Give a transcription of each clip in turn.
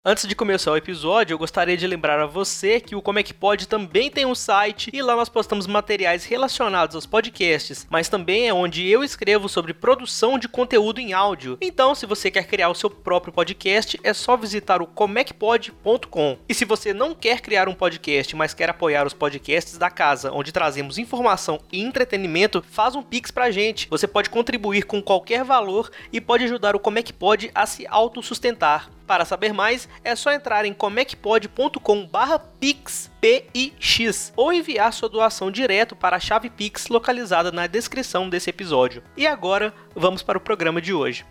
Antes de começar o episódio, eu gostaria de lembrar a você que o Como é que Pode também tem um site e lá nós postamos materiais relacionados aos podcasts, mas também é onde eu escrevo sobre produção de conteúdo em áudio. Então, se você quer criar o seu próprio podcast, é só visitar o comecpod.com. E se você não quer criar um podcast, mas quer apoiar os podcasts da casa, onde trazemos informação e entretenimento, faz um Pix pra gente. Você pode contribuir com qualquer valor e pode ajudar o Como é que Pode a se autossustentar. Para saber mais, é só entrar em comecpod.com/pix, P-I-X, ou enviar sua doação direto para a chave Pix localizada na descrição desse episódio. E agora, vamos para o programa de hoje.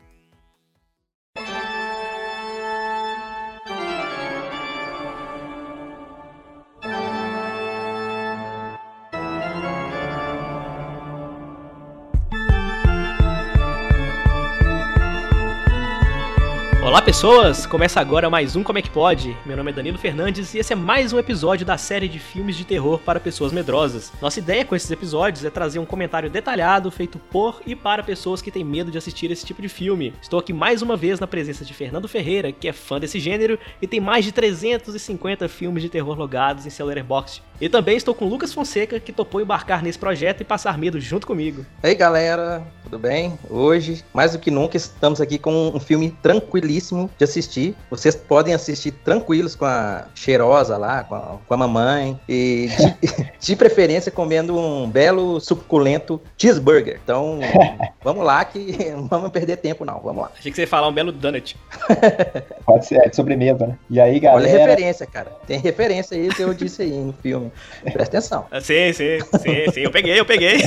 Olá pessoas, começa agora mais um Como é que Pode? Meu nome é Danilo Fernandes e esse é mais um episódio da série de filmes de terror para pessoas medrosas. Nossa ideia com esses episódios é trazer um comentário detalhado feito por e para pessoas que têm medo de assistir esse tipo de filme. Estou aqui mais uma vez na presença de Fernando Ferreira, que é fã desse gênero e tem mais de 350 filmes de terror logados em seu Letterboxd. E também estou com Lucas Fonseca, que topou embarcar nesse projeto e passar medo junto comigo. Ei galera, tudo bem? Hoje, mais do que nunca, estamos aqui com um filme tranquilíssimo de assistir. Vocês podem assistir tranquilos com a cheirosa lá, com a mamãe. E de preferência comendo um belo, suculento cheeseburger. Então, vamos lá que não vamos perder tempo não, vamos lá. Achei que você ia falar um belo donut. Pode ser, é de sobremesa, né? E aí galera... Olha a referência, cara. Tem referência aí que eu disse aí no filme. Presta atenção. Sim, eu peguei.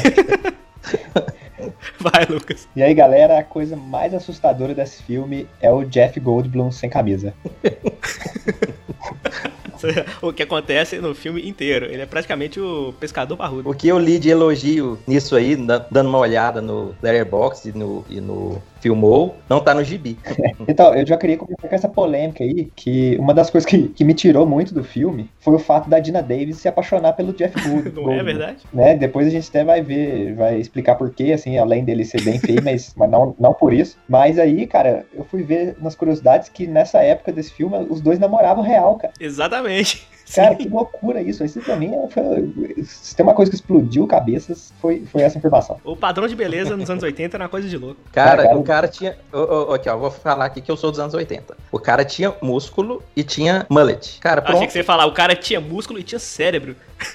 Vai, Lucas. E aí, galera, a coisa mais assustadora desse filme é o Jeff Goldblum sem camisa. O que acontece no filme inteiro. Ele é praticamente o pescador parrudo. O que eu li de elogio nisso aí, dando uma olhada no Letterboxd e no Filmou, não tá no gibi. Então, eu já queria começar com essa polêmica aí, que uma das coisas que me tirou muito do filme foi o fato da Dina Davis se apaixonar pelo Jeff Goldblum. Não é verdade? Né? Depois a gente até vai explicar por quê, assim, além dele ser bem feio, mas não por isso. Mas aí, cara, eu fui ver nas curiosidades que nessa época desse filme, os dois namoravam real, cara. Exatamente. Cara, que loucura isso. Isso pra mim, se tem uma coisa que explodiu cabeças, foi essa informação. O padrão de beleza nos anos 80 era uma coisa de louco. Cara, o cara tinha... Aqui, ó, vou falar aqui que eu sou dos anos 80. O cara tinha músculo e tinha mullet. Cara, pronto. Achei que você ia falar, o cara tinha músculo e tinha cérebro.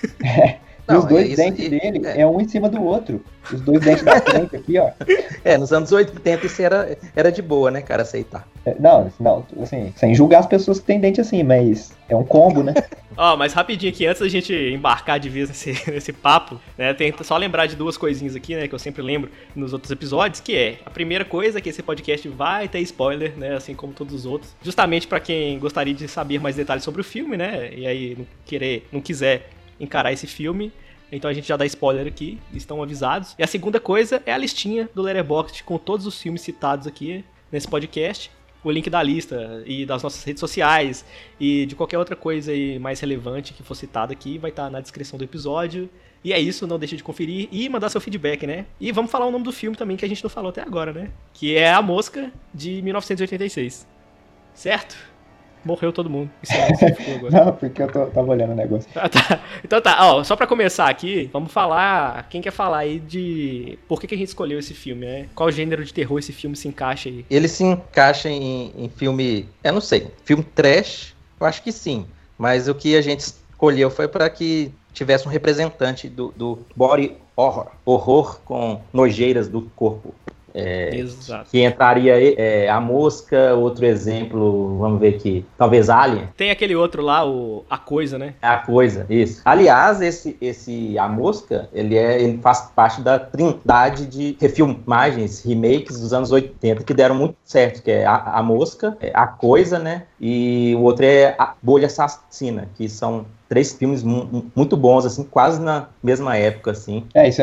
E os dois dentes dele é um em cima do outro. Os dois dentes da frente aqui, ó. Nos anos 80 isso era de boa, né, cara, aceitar. Não, assim, sem julgar as pessoas que têm dente assim, mas é um combo, né? Mas rapidinho aqui, antes da gente embarcar de vez nesse papo, né, tem só lembrar de duas coisinhas aqui, né, que eu sempre lembro nos outros episódios, que é, a primeira coisa é que esse podcast vai ter spoiler, né, assim como todos os outros, justamente pra quem gostaria de saber mais detalhes sobre o filme, né, e aí não quiser encarar esse filme, então a gente já dá spoiler aqui, estão avisados. E a segunda coisa é a listinha do Letterboxd com todos os filmes citados aqui nesse podcast, o link da lista e das nossas redes sociais e de qualquer outra coisa aí mais relevante que for citada aqui vai estar na descrição do episódio. E é isso, não deixe de conferir e mandar seu feedback, né? E vamos falar o nome do filme também que a gente não falou até agora, né? Que é A Mosca, de 1986. Certo? Morreu todo mundo. Não, porque eu tava olhando o negócio. Tá. Então tá, só pra começar aqui, vamos falar, quem quer falar aí de por que a gente escolheu esse filme, né? Qual gênero de terror esse filme se encaixa aí? Ele se encaixa em filme, eu não sei, filme trash, eu acho que sim, mas o que a gente escolheu foi para que tivesse um representante do body horror com nojeiras do corpo. Exato. Que entraria A Mosca, outro exemplo, vamos ver aqui, talvez Alien. Tem aquele outro lá, A Coisa, né? A Coisa, isso. Aliás, esse A Mosca, ele faz parte da trindade de refilmagens, remakes dos anos 80, que deram muito certo, que é A Mosca, A Coisa, né? E o outro é A Bolha Assassina, que são 3 filmes muito bons, assim, quase na mesma época, assim. Isso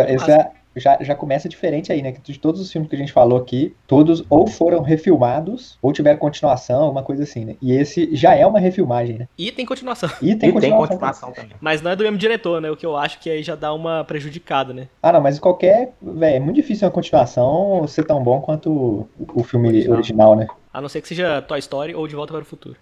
já começa diferente aí, né? Que de todos os filmes que a gente falou aqui, todos ou foram refilmados, ou tiveram continuação, alguma coisa assim, né? E esse já é uma refilmagem, né? E tem continuação. E tem continuação também. Mas não é do mesmo diretor, né? O que eu acho que aí já dá uma prejudicada, né? Não, mas é muito difícil uma continuação ser tão bom quanto o filme original, né? A não ser que seja Toy Story ou De Volta para o Futuro.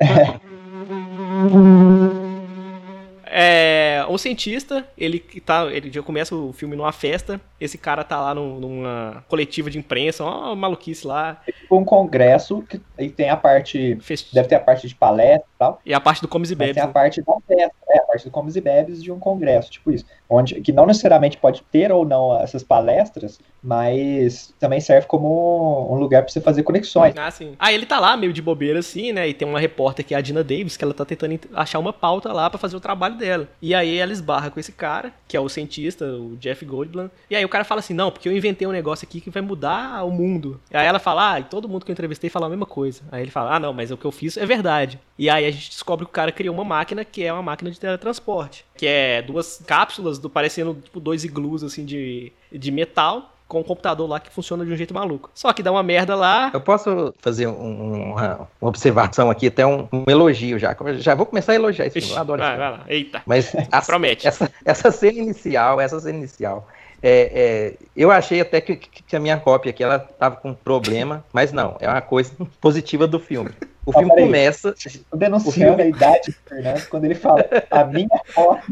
Um cientista, ele já começa o filme numa festa, esse cara tá lá numa coletiva de imprensa, uma maluquice lá. É tipo um congresso, que aí tem a parte, deve ter a parte de palestra e tal. E a parte do Comes e Bebes. Tem a parte da festa, a parte do Comes e Bebes de um congresso, tipo isso. Que não necessariamente pode ter ou não essas palestras, mas também serve como um lugar pra você fazer conexões. Ah, sim. Aí ele tá lá, meio de bobeira assim, né, e tem uma repórter que é a Dina Davis, que ela tá tentando achar uma pauta lá pra fazer o trabalho dela. E aí ela esbarra com esse cara, que é o cientista, o Jeff Goldblum, e aí o cara fala assim, não, porque eu inventei um negócio aqui que vai mudar o mundo. E aí ela fala, e todo mundo que eu entrevistei fala a mesma coisa. Aí ele fala, não, mas o que eu fiz é verdade. E aí a gente descobre que o cara criou uma máquina que é uma máquina de teletransporte, que é 2 cápsulas, parecendo tipo 2 iglus assim de metal, com um computador lá que funciona de um jeito maluco. Só que dá uma merda lá. Eu posso fazer uma observação aqui, até um elogio já. Já vou começar a elogiar esse filme, eu adoro esse filme. Vai lá, eita. Mas promete. Essa cena inicial, eu achei até que a minha cópia aqui, ela tava com problema, mas não, é uma coisa positiva do filme. O filme começa... Tô denunciando a idade do Fernando quando ele fala, a minha cópia...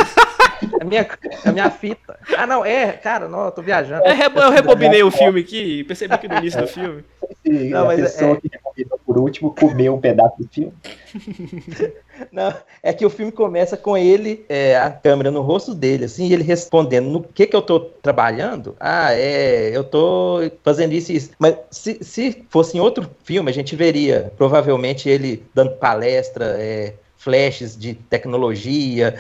A minha fita. Ah, não, cara, não, eu tô viajando. Eu rebobinei o filme aqui, percebi que no início do filme... Não, mas a pessoa que rebobinou por último comeu um pedaço do filme. Não, é que o filme começa com ele, a câmera no rosto dele, assim, e ele respondendo no que eu tô trabalhando. Eu tô fazendo isso e isso. Mas se fosse em outro filme, a gente veria provavelmente ele dando palestra, flashes de tecnologia,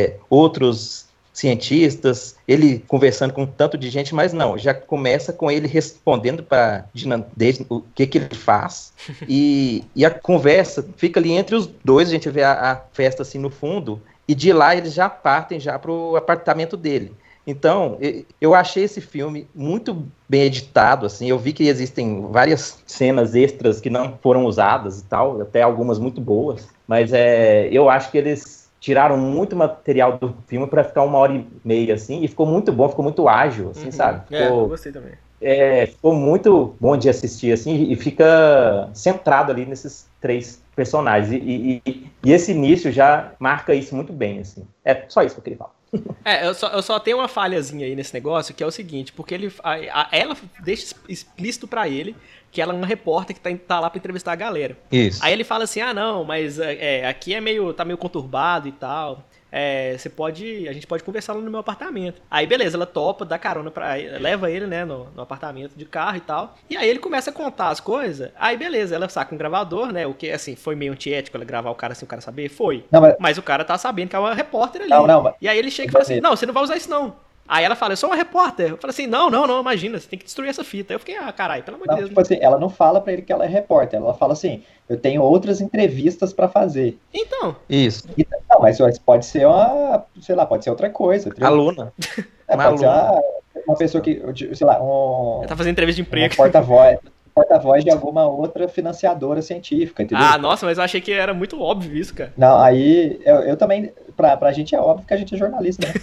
outros cientistas, ele conversando com um tanto de gente, mas não, já começa com ele respondendo para Dina Davis o que ele faz, e a conversa fica ali entre os dois, a gente vê a festa assim no fundo, e de lá eles já partem já pro apartamento dele. Então, eu achei esse filme muito bem editado, assim, eu vi que existem várias cenas extras que não foram usadas e tal, até algumas muito boas, mas eu acho que eles tiraram muito material do filme para ficar 1h30, assim, e ficou muito bom, ficou muito ágil, assim, sabe? Eu gostei também. Ficou muito bom de assistir, assim, e fica centrado ali nesses 3 personagens, e esse início já marca isso muito bem, assim. É só isso que eu queria falar. Eu só tenho uma falhazinha aí nesse negócio, que é o seguinte, porque ela deixa explícito pra ele que ela é uma repórter que tá lá pra entrevistar a galera. Isso. Aí ele fala assim, não, mas aqui tá meio conturbado e tal, a gente pode conversar lá no meu apartamento. Aí beleza, ela topa, dá carona leva ele, né, no apartamento de carro e tal, e aí ele começa a contar as coisas, aí beleza, ela saca um gravador, né, o que assim, foi meio antiético ela gravar o cara sem o cara saber, foi, mas o cara tá sabendo que é uma repórter ali, e aí ele chega e fala assim, não, você não vai usar isso não. Aí ela fala, eu sou uma repórter. Eu falo assim, não, imagina, você tem que destruir essa fita. Aí eu fiquei, caralho, pelo amor de Deus. Tipo assim, ela não fala pra ele que ela é repórter, ela fala assim, eu tenho outras entrevistas pra fazer. Então. Isso. Não, mas pode ser pode ser outra coisa. Aluna. Pode ser uma pessoa que, sei lá, Ela tá fazendo entrevista de emprego. Porta-voz de alguma outra financiadora científica, entendeu? Nossa, mas eu achei que era muito óbvio isso, cara. Não, aí, eu também, pra gente é óbvio que a gente é jornalista, né?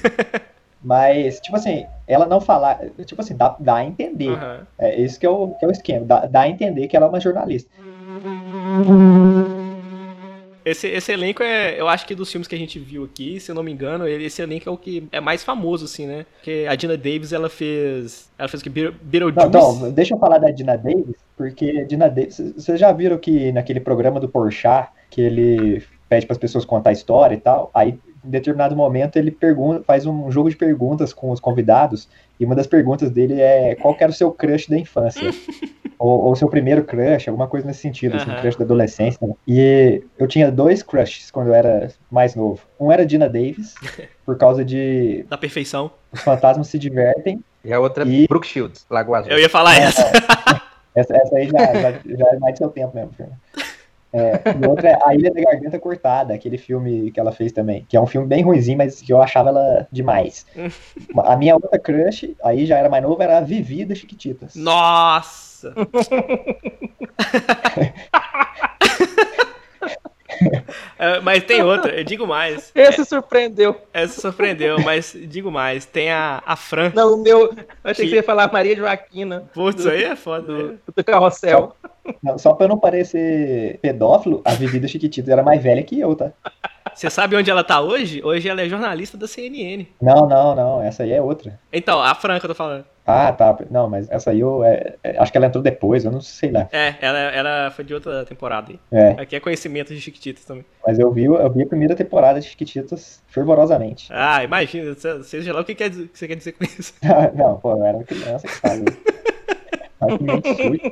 Mas, tipo assim, ela não falar, tipo assim, dá a entender. Uhum. Esse que é o esquema, dá a entender que ela é uma jornalista. Esse elenco eu acho que dos filmes que a gente viu aqui, se eu não me engano, esse elenco é o que é mais famoso, assim, né? Porque a Dina Davis, ela fez o que? Beetlejuice? Não, deixa eu falar da Dina Davis, porque Dina Davis, vocês já viram que naquele programa do Porchat, que ele pede para as pessoas contar a história e tal, aí em determinado momento ele faz um jogo de perguntas com os convidados, e uma das perguntas dele é qual que era o seu crush da infância? ou seu primeiro crush, alguma coisa nesse sentido, assim, crush da adolescência. Né? E eu tinha 2 crushes quando eu era mais novo. Um era Dina Davis, por causa de... Da perfeição. Os fantasmas se divertem. E a outra Brooke Shields, Lagoa Azul. Eu ia falar essa. Essa aí já é mais do seu tempo mesmo, Fernando. E outra é A Ilha da Garganta Cortada, aquele filme que ela fez também, que é um filme bem ruimzinho, mas que eu achava ela demais. A minha outra crush, aí já era mais novo, era a Vivi das Chiquititas. Nossa! Mas tem outra, eu digo mais. Esse surpreendeu. Essa surpreendeu, mas digo mais. Tem a Fran. Não, o meu. Eu achei que você ia falar Maria Joaquina. Putz, aí é foda. Né? Do Carrossel. Só pra eu não parecer pedófilo, a Vivi do Chiquititas era mais velha que eu, tá? Você sabe onde ela tá hoje? Hoje ela é jornalista da CNN. Não, essa aí é outra. Então, a Fran que eu tô falando. Ah, tá. Não, mas essa aí acho que ela entrou depois, eu não sei lá. Ela foi de outra temporada aí. Aqui é conhecimento de Chiquititas também. Mas eu vi a primeira temporada de Chiquititas fervorosamente. Ah, imagina, seja lá o que você quer dizer com isso. Não, pô, eu era uma criança que fala isso. Mas que mente sujo.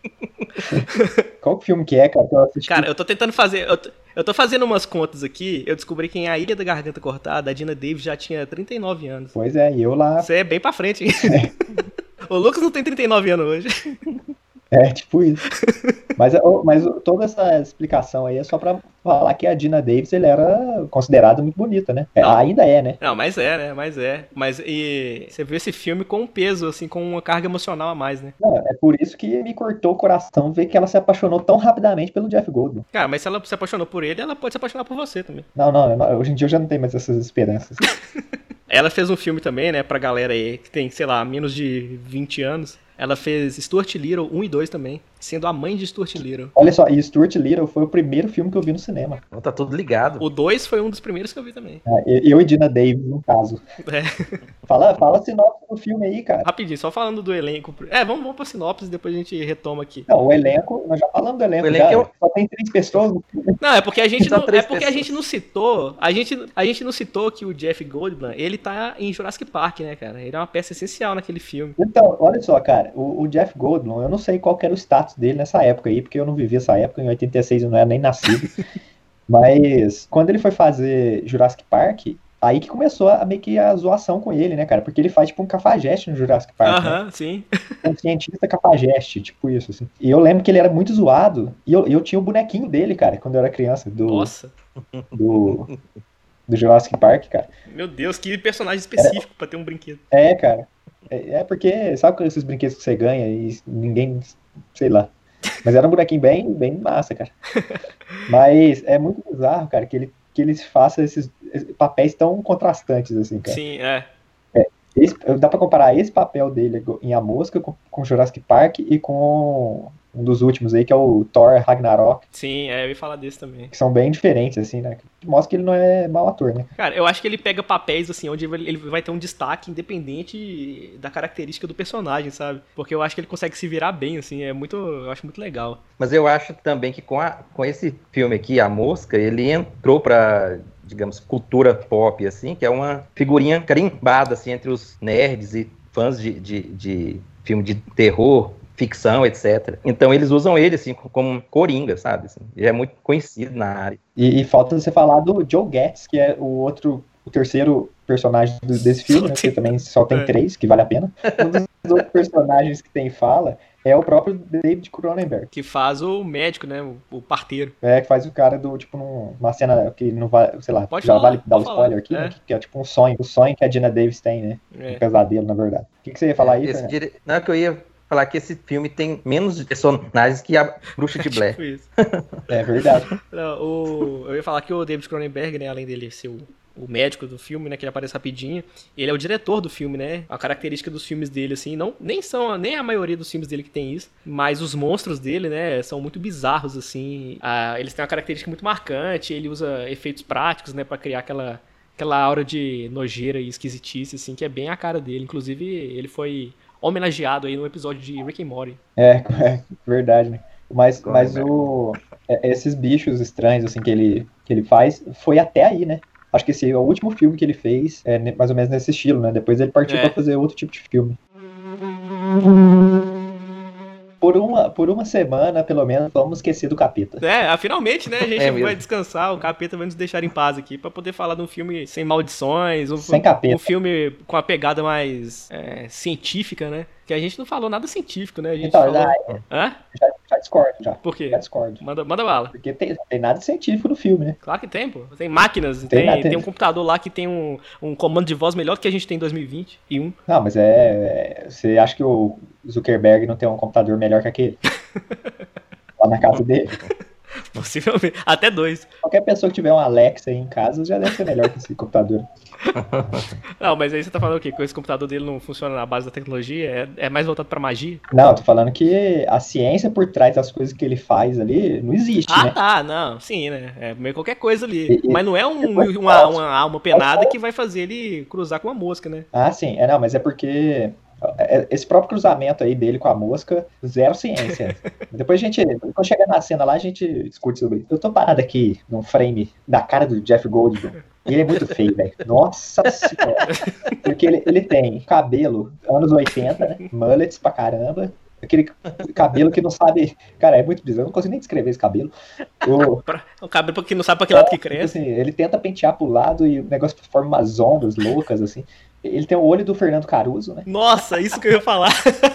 Qual filme que é, cara? Cara, eu tô tentando fazer. Eu tô fazendo umas contas aqui. Eu descobri que em A Ilha da Garganta Cortada, a Dina Davis já tinha 39 anos. Pois é, e eu lá. Você é bem pra frente, hein? O Lucas não tem 39 anos hoje. É, tipo isso. Mas toda essa explicação aí é só pra falar que a Dina Davis, ele era considerada muito bonita, né? Ainda é, né? Não, mas é, né? Mas e você viu esse filme com um peso, assim, com uma carga emocional a mais, né? Não, é por isso que me cortou o coração ver que ela se apaixonou tão rapidamente pelo Jeff Goldblum. Cara, mas se ela se apaixonou por ele, ela pode se apaixonar por você também. Não, hoje em dia eu já não tenho mais essas esperanças. Ela fez um filme também, né, pra galera aí que tem, sei lá, menos de 20 anos. Ela fez Stuart Little 1 e 2 também, sendo a mãe de Stuart Little. Olha só, e Stuart Little foi o primeiro filme que eu vi no cinema. Não, tá tudo ligado. O 2 foi um dos primeiros que eu vi também. Eu e Dina Davis, no caso. Fala a sinopse do filme aí, cara. Rapidinho, só falando do elenco. Vamos pra sinopse e depois a gente retoma aqui. Não, o elenco, nós já falamos do elenco, só tem 3 pessoas no filme. Não, é porque a gente a gente não citou, a gente não citou que o Jeff Goldblum, ele tá em Jurassic Park, né, cara? Ele é uma peça essencial naquele filme. Então, olha só, cara, o Jeff Goldblum, eu não sei qual que era o status dele nessa época aí, porque eu não vivi essa época, em 86 eu não era nem nascido. Mas quando ele foi fazer Jurassic Park, aí que começou meio que a zoação com ele, né, cara? Porque ele faz tipo um cafajeste no Jurassic Park. Né? Sim. Um cientista cafajeste, tipo isso, assim. E eu lembro que ele era muito zoado. E eu tinha o bonequinho dele, cara, quando eu era criança. Nossa. Do Jurassic Park, cara. Meu Deus, que personagem específico pra ter um brinquedo. É, cara. É porque, sabe esses brinquedos que você ganha e ninguém, sei lá. Mas era um bonequinho bem massa, cara. Mas é muito bizarro, cara, que eles façam esses papéis tão contrastantes, assim, cara. Sim, Dá pra comparar esse papel dele em A Mosca com Jurassic Park e com um dos últimos aí, que é o Thor Ragnarok. Sim, eu ia falar desse também. Que são bem diferentes, assim, né? Que mostra que ele não é mau ator, né? Cara, eu acho que ele pega papéis, assim, onde ele vai ter um destaque independente da característica do personagem, sabe? Porque eu acho que ele consegue se virar bem, assim, eu acho muito legal. Mas eu acho também que com esse filme aqui, A Mosca, ele entrou pra, digamos, cultura pop, assim, que é uma figurinha carimbada, assim, entre os nerds e fãs de filme de terror, ficção, etc. Então eles usam ele, assim, como coringa, sabe? Assim, ele é muito conhecido na área. E falta você falar do Joe Getz, que é o terceiro personagem desse filme, né? Que também só tem 3, que vale a pena. Um dos outros personagens que tem fala é o próprio David Cronenberg. Que faz o médico, né? O parteiro. Que faz o cara tipo, numa cena que não vai, sei lá, pode já falar, vale dar o spoiler aqui, né? Que é tipo um sonho. O sonho que a Dina Davis tem, né? Um pesadelo, na verdade. O que você ia falar aí, Fernando? Não, que eu ia falar que esse filme tem menos personagens que a Bruxa de Blair. Tipo isso. É verdade. Não, eu ia falar que o David Cronenberg, né, além dele ser o médico do filme, né, que ele aparece rapidinho, ele é o diretor do filme, né? A característica dos filmes dele, assim, nem a maioria dos filmes dele que tem isso, mas os monstros dele, né, são muito bizarros, assim. Eles têm uma característica muito marcante, ele usa efeitos práticos, né, pra criar aquela aura de nojeira e esquisitice, assim, que é bem a cara dele. Inclusive, ele foi homenageado aí no episódio de Rick and Morty. É verdade, né? Mas esses bichos estranhos, assim, que ele faz, foi até aí, né? Acho que esse é o último filme que ele fez, mais ou menos nesse estilo, né? Depois ele partiu pra fazer outro tipo de filme. Por uma semana, pelo menos, vamos esquecer do Capeta. Finalmente, né? A gente vai descansar, o Capeta vai nos deixar em paz aqui pra poder falar de um filme sem maldições, sem capeta. Um filme com a pegada mais científica, né? Que a gente não falou nada científico, né? A gente então, falou... já discordo, já. Por quê? Já discordo. Manda bala. Porque tem nada científico no filme, né? Claro que tem, pô. Tem máquinas, tem um computador lá que tem um comando de voz melhor do que a gente tem em 2021. Não, mas você acha que o Zuckerberg não tem um computador melhor que aquele? Lá na casa dele? Possivelmente. Até 2. Qualquer pessoa que tiver um Alexa aí em casa já deve ser melhor que esse computador. Não, mas aí você tá falando o quê? Que esse computador dele não funciona na base da tecnologia? É mais voltado pra magia? Não, eu tô falando que a ciência por trás das coisas que ele faz ali não existe, né? Tá, não, sim, né? É meio qualquer coisa ali. E- Mas não é depois uma alma penada pode- que vai fazer ele cruzar com uma mosca, né? Ah, sim. Não, mas é porque esse próprio cruzamento aí dele com a mosca, zero ciência. Depois a gente, quando chegar na cena lá, a gente discute sobre isso. Eu tô parado aqui num frame da cara do Jeff Goldblum. E ele é muito feio, velho. Nossa senhora. Porque ele tem cabelo anos 80, né? Mullets pra caramba. Aquele cabelo que não sabe. Cara, é muito bizarro. Eu não consigo nem descrever esse cabelo. O cabelo que não sabe pra que lado que Tipo cresce. assim, ele tenta pentear pro lado e o negócio forma umas ondas loucas, assim. Ele tem o olho do Fernando Caruso, né? Nossa, isso que eu ia falar.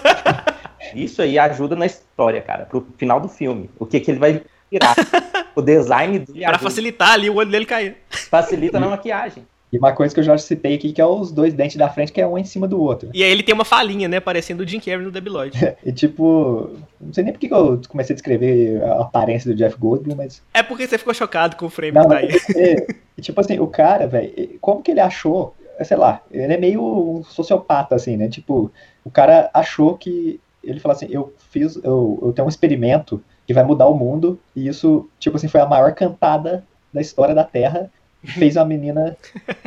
Isso aí ajuda na história, cara, pro final do filme. O que ele vai virar. O design dele Pra facilitar ali o olho dele cair. facilita na maquiagem. E uma coisa que eu já citei aqui, que é os dois dentes da frente, que é um em cima do outro. E aí ele tem uma falinha, né? Parecendo o Jim Carrey no Debi Lloyd. E tipo, não sei nem por que eu comecei a descrever a aparência do Jeff Goldblum, mas... É porque você ficou chocado com o frame Não, que tá mas aí. tipo assim, o cara, velho, como que ele achou, sei lá, ele é meio um sociopata, assim, né? Tipo, o cara achou que, ele falou assim, eu tenho um experimento que vai mudar o mundo, e isso, tipo assim, foi a maior cantada da história da Terra, e fez uma menina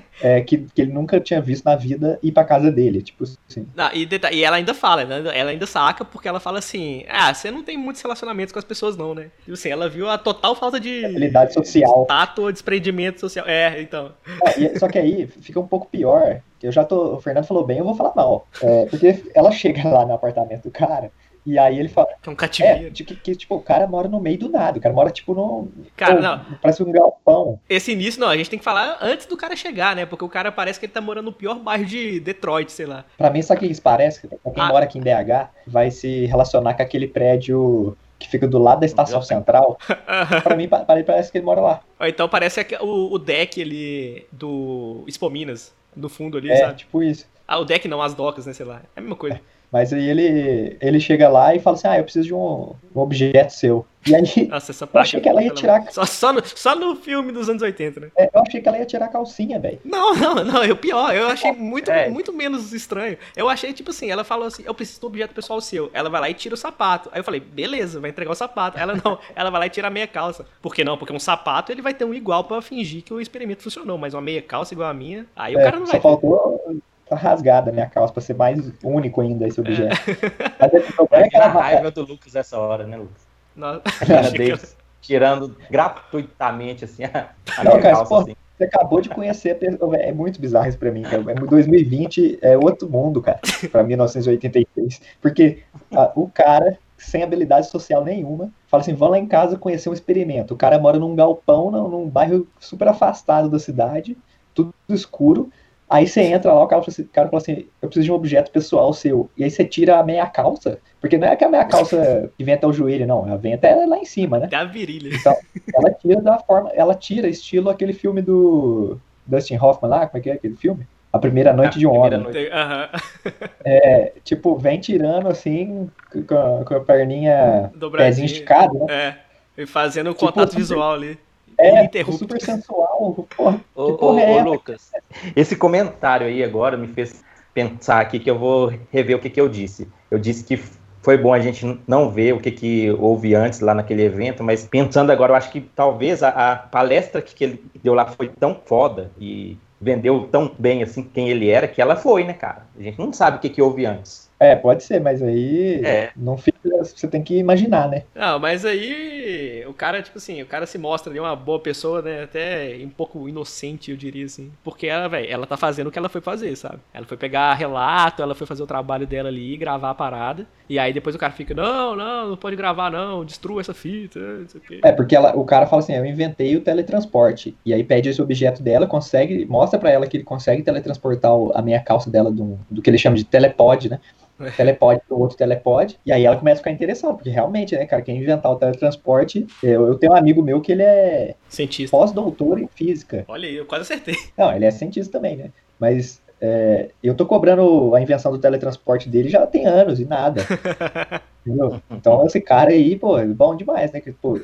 que ele nunca tinha visto na vida ir pra casa dele, tipo assim. Não, e ela ainda fala, né? Ela ainda saca porque ela fala assim: ah, você não tem muitos relacionamentos com as pessoas, não, né? Tipo assim, ela viu a total falta de Habilidade social. tato, desprendimento social. É, então. Só que aí fica um pouco pior, que o Fernando falou bem, eu vou falar mal. Porque ela chega lá no apartamento do cara, e aí ele fala, É um cativeiro. tipo, o cara mora no meio do nada, o cara mora tipo num... Cara, não. Parece um galpão. Esse início, não, a gente tem que falar antes do cara chegar, né? Porque o cara parece que ele tá morando no pior bairro de Detroit, sei lá. Pra mim, sabe o que isso parece? Pra quem mora aqui em BH, vai se relacionar com aquele prédio que fica do lado da estação central. Pra mim, parece que ele mora lá. Ou então parece o deck ali do Expo Minas, no fundo ali, É, sabe? tipo isso. Ah, o deck não, as docas, né, sei lá. É a mesma coisa. Mas aí ele chega lá e fala assim, eu preciso de um objeto seu. E aí, Nossa, essa eu parte. achei que ela ia tirar... Só no filme dos anos 80, né? eu achei que ela ia tirar a calcinha, velho. Não, o pior, eu achei muito menos estranho. Eu achei, tipo assim, ela falou assim, eu preciso do objeto pessoal seu. Ela vai lá e tira o sapato. Aí eu falei, beleza, vai entregar o sapato. Ela não, ela vai lá e tira a meia calça. Por que não? Porque um sapato, ele vai ter um igual pra fingir que o experimento funcionou, mas uma meia calça igual a minha, aí o cara não vai Só faltou tá rasgada a minha calça pra ser mais único ainda esse objeto. Mas o problema é que A ela raiva do Lucas essa hora, né, Lucas? Nossa, A cara deles tirando gratuitamente, assim, a Não, minha cara, calça, pô, assim. você acabou de conhecer a pessoa. É muito bizarro isso pra mim, cara. 2020 é outro mundo, cara, pra 1986. Porque o cara, sem habilidade social nenhuma, fala assim: vamos lá em casa conhecer um experimento. O cara mora num galpão, num bairro super afastado da cidade, tudo escuro. Aí você entra lá, o cara fala assim: eu preciso de um objeto pessoal seu. E aí você tira a meia calça, porque não é que a meia calça que vem até o joelho, não. Ela vem até lá em cima, né? até a virilha. Então, ela tira estilo aquele filme do Dustin Hoffman lá, como é que é aquele filme? A Primeira Noite de um Homem. Aham. Tipo, vem tirando assim, com a perninha Dobradinha. pezinho esticado, né? E fazendo um contato super- visual ali. Tipo, super sensual. Porra, que Ô, porra é essa? Lucas, esse comentário aí agora me fez pensar aqui que eu vou rever o que eu disse. Eu disse que foi bom a gente não ver o que houve antes lá naquele evento, mas pensando agora, eu acho que talvez a palestra que ele deu lá foi tão foda e vendeu tão bem assim quem ele era, que ela foi, né, cara? A gente não sabe o que houve antes. Pode ser, mas aí não fica. Você tem que imaginar, né? Não, mas aí o cara, tipo assim, o cara se mostra ali uma boa pessoa, né? Até um pouco inocente, eu diria assim. Porque ela, velho, ela tá fazendo o que ela foi fazer, sabe? Ela foi pegar relato, ela foi fazer o trabalho dela ali, gravar a parada. E aí depois o cara fica, não pode gravar não, destrua essa fita, não sei o quê. Porque o cara fala assim, eu inventei o teletransporte. E aí pede esse objeto dela, mostra pra ela que ele consegue teletransportar a meia calça dela do que ele chama de telepod, né? Telepod pro outro telepod, e aí ela começa a ficar interessada, porque realmente, né, cara, quem inventar o teletransporte, eu tenho um amigo meu que ele é cientista, pós-doutor em física. Olha aí, eu quase acertei. Não, ele é cientista também, né, mas eu tô cobrando a invenção do teletransporte dele já tem anos e nada, entendeu? Então esse cara aí, pô, é bom demais, né, pô,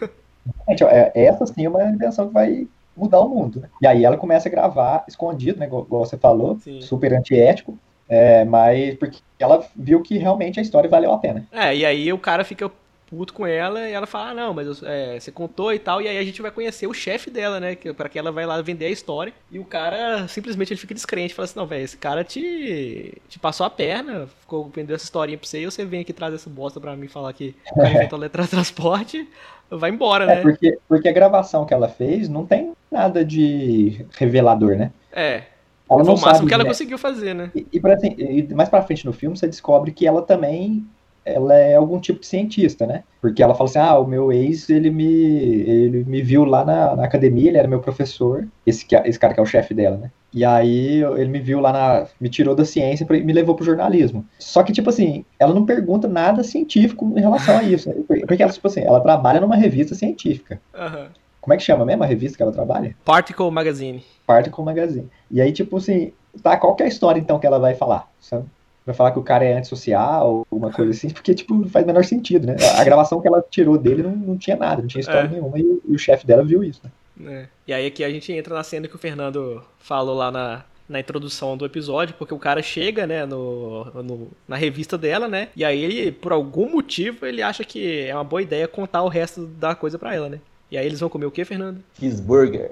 Gente, essa sim é uma invenção que vai mudar o mundo, né? E aí ela começa a gravar escondido, né? Igual você falou, Sim. super antiético, mas porque ela viu que realmente a história valeu a pena. E aí o cara fica puto com ela e ela fala, ah, não, mas você contou e tal, e aí a gente vai conhecer o chefe dela, né, pra que ela vai lá vender a história, e o cara, simplesmente, ele fica descrente, fala assim, não, velho, esse cara te passou a perna, ficou vendendo essa historinha pra você, e você vem aqui trazer essa bosta pra mim, falar que o cara inventou teletransporte, vai embora, né? Porque a gravação que ela fez não tem nada de revelador, né? É, Ela foi não o máximo sabe, que ela né? conseguiu fazer, né? E mais pra frente no filme você descobre que ela é algum tipo de cientista, né? Porque ela fala assim, o meu ex, ele me viu lá na academia, ele era meu professor, esse cara que é o chefe dela, né? E aí ele me viu me tirou da ciência e me levou pro jornalismo. Só que, tipo assim, ela não pergunta nada científico em relação a isso, né? Porque ela, tipo assim, ela trabalha numa revista científica. Aham. Como é que chama mesmo a revista que ela trabalha? Particle Magazine. Particle Magazine. E aí, tipo assim, tá, qual que é a história então que ela vai falar? Sabe? Vai falar que o cara é antissocial, uma coisa assim, porque, tipo, não faz o menor sentido, né? A gravação que ela tirou dele não tinha nada, não tinha história nenhuma, e o chefe dela viu isso, né? E aí aqui a gente entra na cena que o Fernando falou lá na introdução do episódio, porque o cara chega, né, na revista dela, né, e aí ele, por algum motivo, ele acha que é uma boa ideia contar o resto da coisa pra ela, né. E aí eles vão comer o quê, Fernando? Cheeseburger.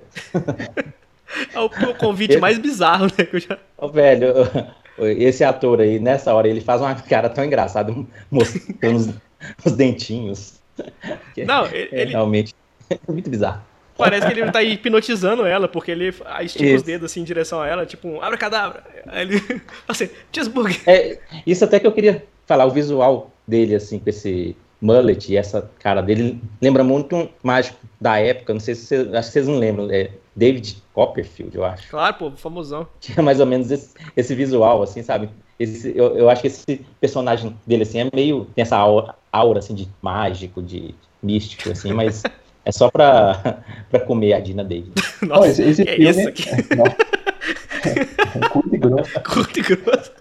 É o convite mais bizarro, né, que eu já... Ô, velho, esse ator aí, nessa hora, ele faz uma cara tão engraçada, mostrando os dentinhos. Não, Realmente é muito bizarro. Parece que ele tá hipnotizando ela, porque ele estica os Isso. dedos assim em direção a ela, tipo um abracadabra. Aí ele, assim, cheeseburger. Isso até que eu queria falar, o visual dele, assim, com esse mullet e essa cara dele, lembra muito um mágico da época, não sei se vocês, acho que vocês não lembram, David Copperfield, eu acho. Claro, pô, famosão. Tinha mais ou menos esse visual, assim, sabe? Eu acho que esse personagem dele, assim, tem essa aura assim, de mágico, de místico, assim, mas é só pra comer a Dina David. Nossa, esse que filme é isso aqui? É curto e grosso. Curto e grosso.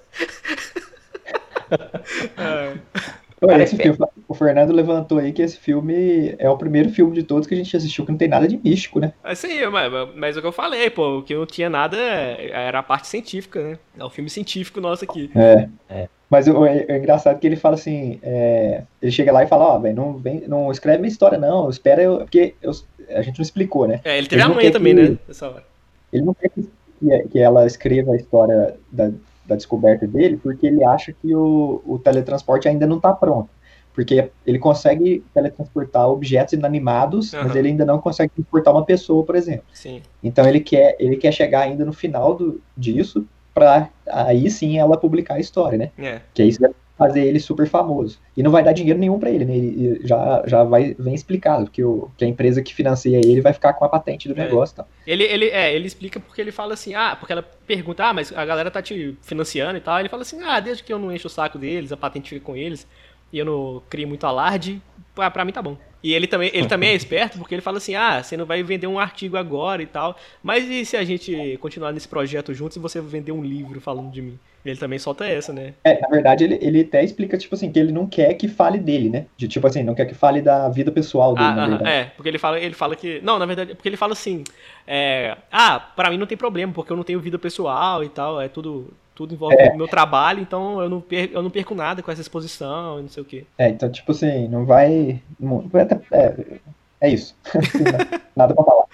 Esse filme, o Fernando levantou aí que esse filme é o primeiro filme de todos que a gente assistiu que não tem nada de místico, né? Assim, mas o que eu falei, pô, o que não tinha nada era a parte científica, né? É um filme científico nosso aqui. Mas é engraçado que ele fala assim, ele chega lá e fala, velho, não escreve minha história não, espera porque a gente não explicou, né? Ele teve a manha também, né, nessa hora. Ele não quer que ela escreva a história da descoberta dele, porque ele acha que o teletransporte ainda não está pronto. Porque ele consegue teletransportar objetos inanimados, mas ele ainda não consegue transportar uma pessoa, por exemplo. Sim. Então ele quer chegar ainda no final disso, para aí sim ela publicar a história, né? Que aí isso vai fazer ele super famoso. E não vai dar dinheiro nenhum para ele, né? Ele já vem explicado, que a empresa que financia ele vai ficar com a patente do negócio e tal. Ele explica porque ele fala assim, porque ela pergunta, mas a galera tá te financiando e tal. Ele fala assim, desde que eu não encho o saco deles, a patente fica com eles, e eu não crio muito alarde, pra mim tá bom. E ele também é esperto, porque ele fala assim, você não vai vender um artigo agora e tal, mas e se a gente continuar nesse projeto juntos e você vender um livro falando de mim? Ele também solta essa, né? Na verdade, ele até explica, tipo assim, que ele não quer que fale dele, né? De, tipo assim, não quer que fale da vida pessoal dele, na verdade. Porque ele fala que... Não, na verdade, porque ele fala assim, pra mim não tem problema, porque eu não tenho vida pessoal e tal, tudo envolve o meu trabalho, então eu não perco nada com essa exposição e não sei o quê. Então, tipo assim, não vai... É isso. Nada pra falar.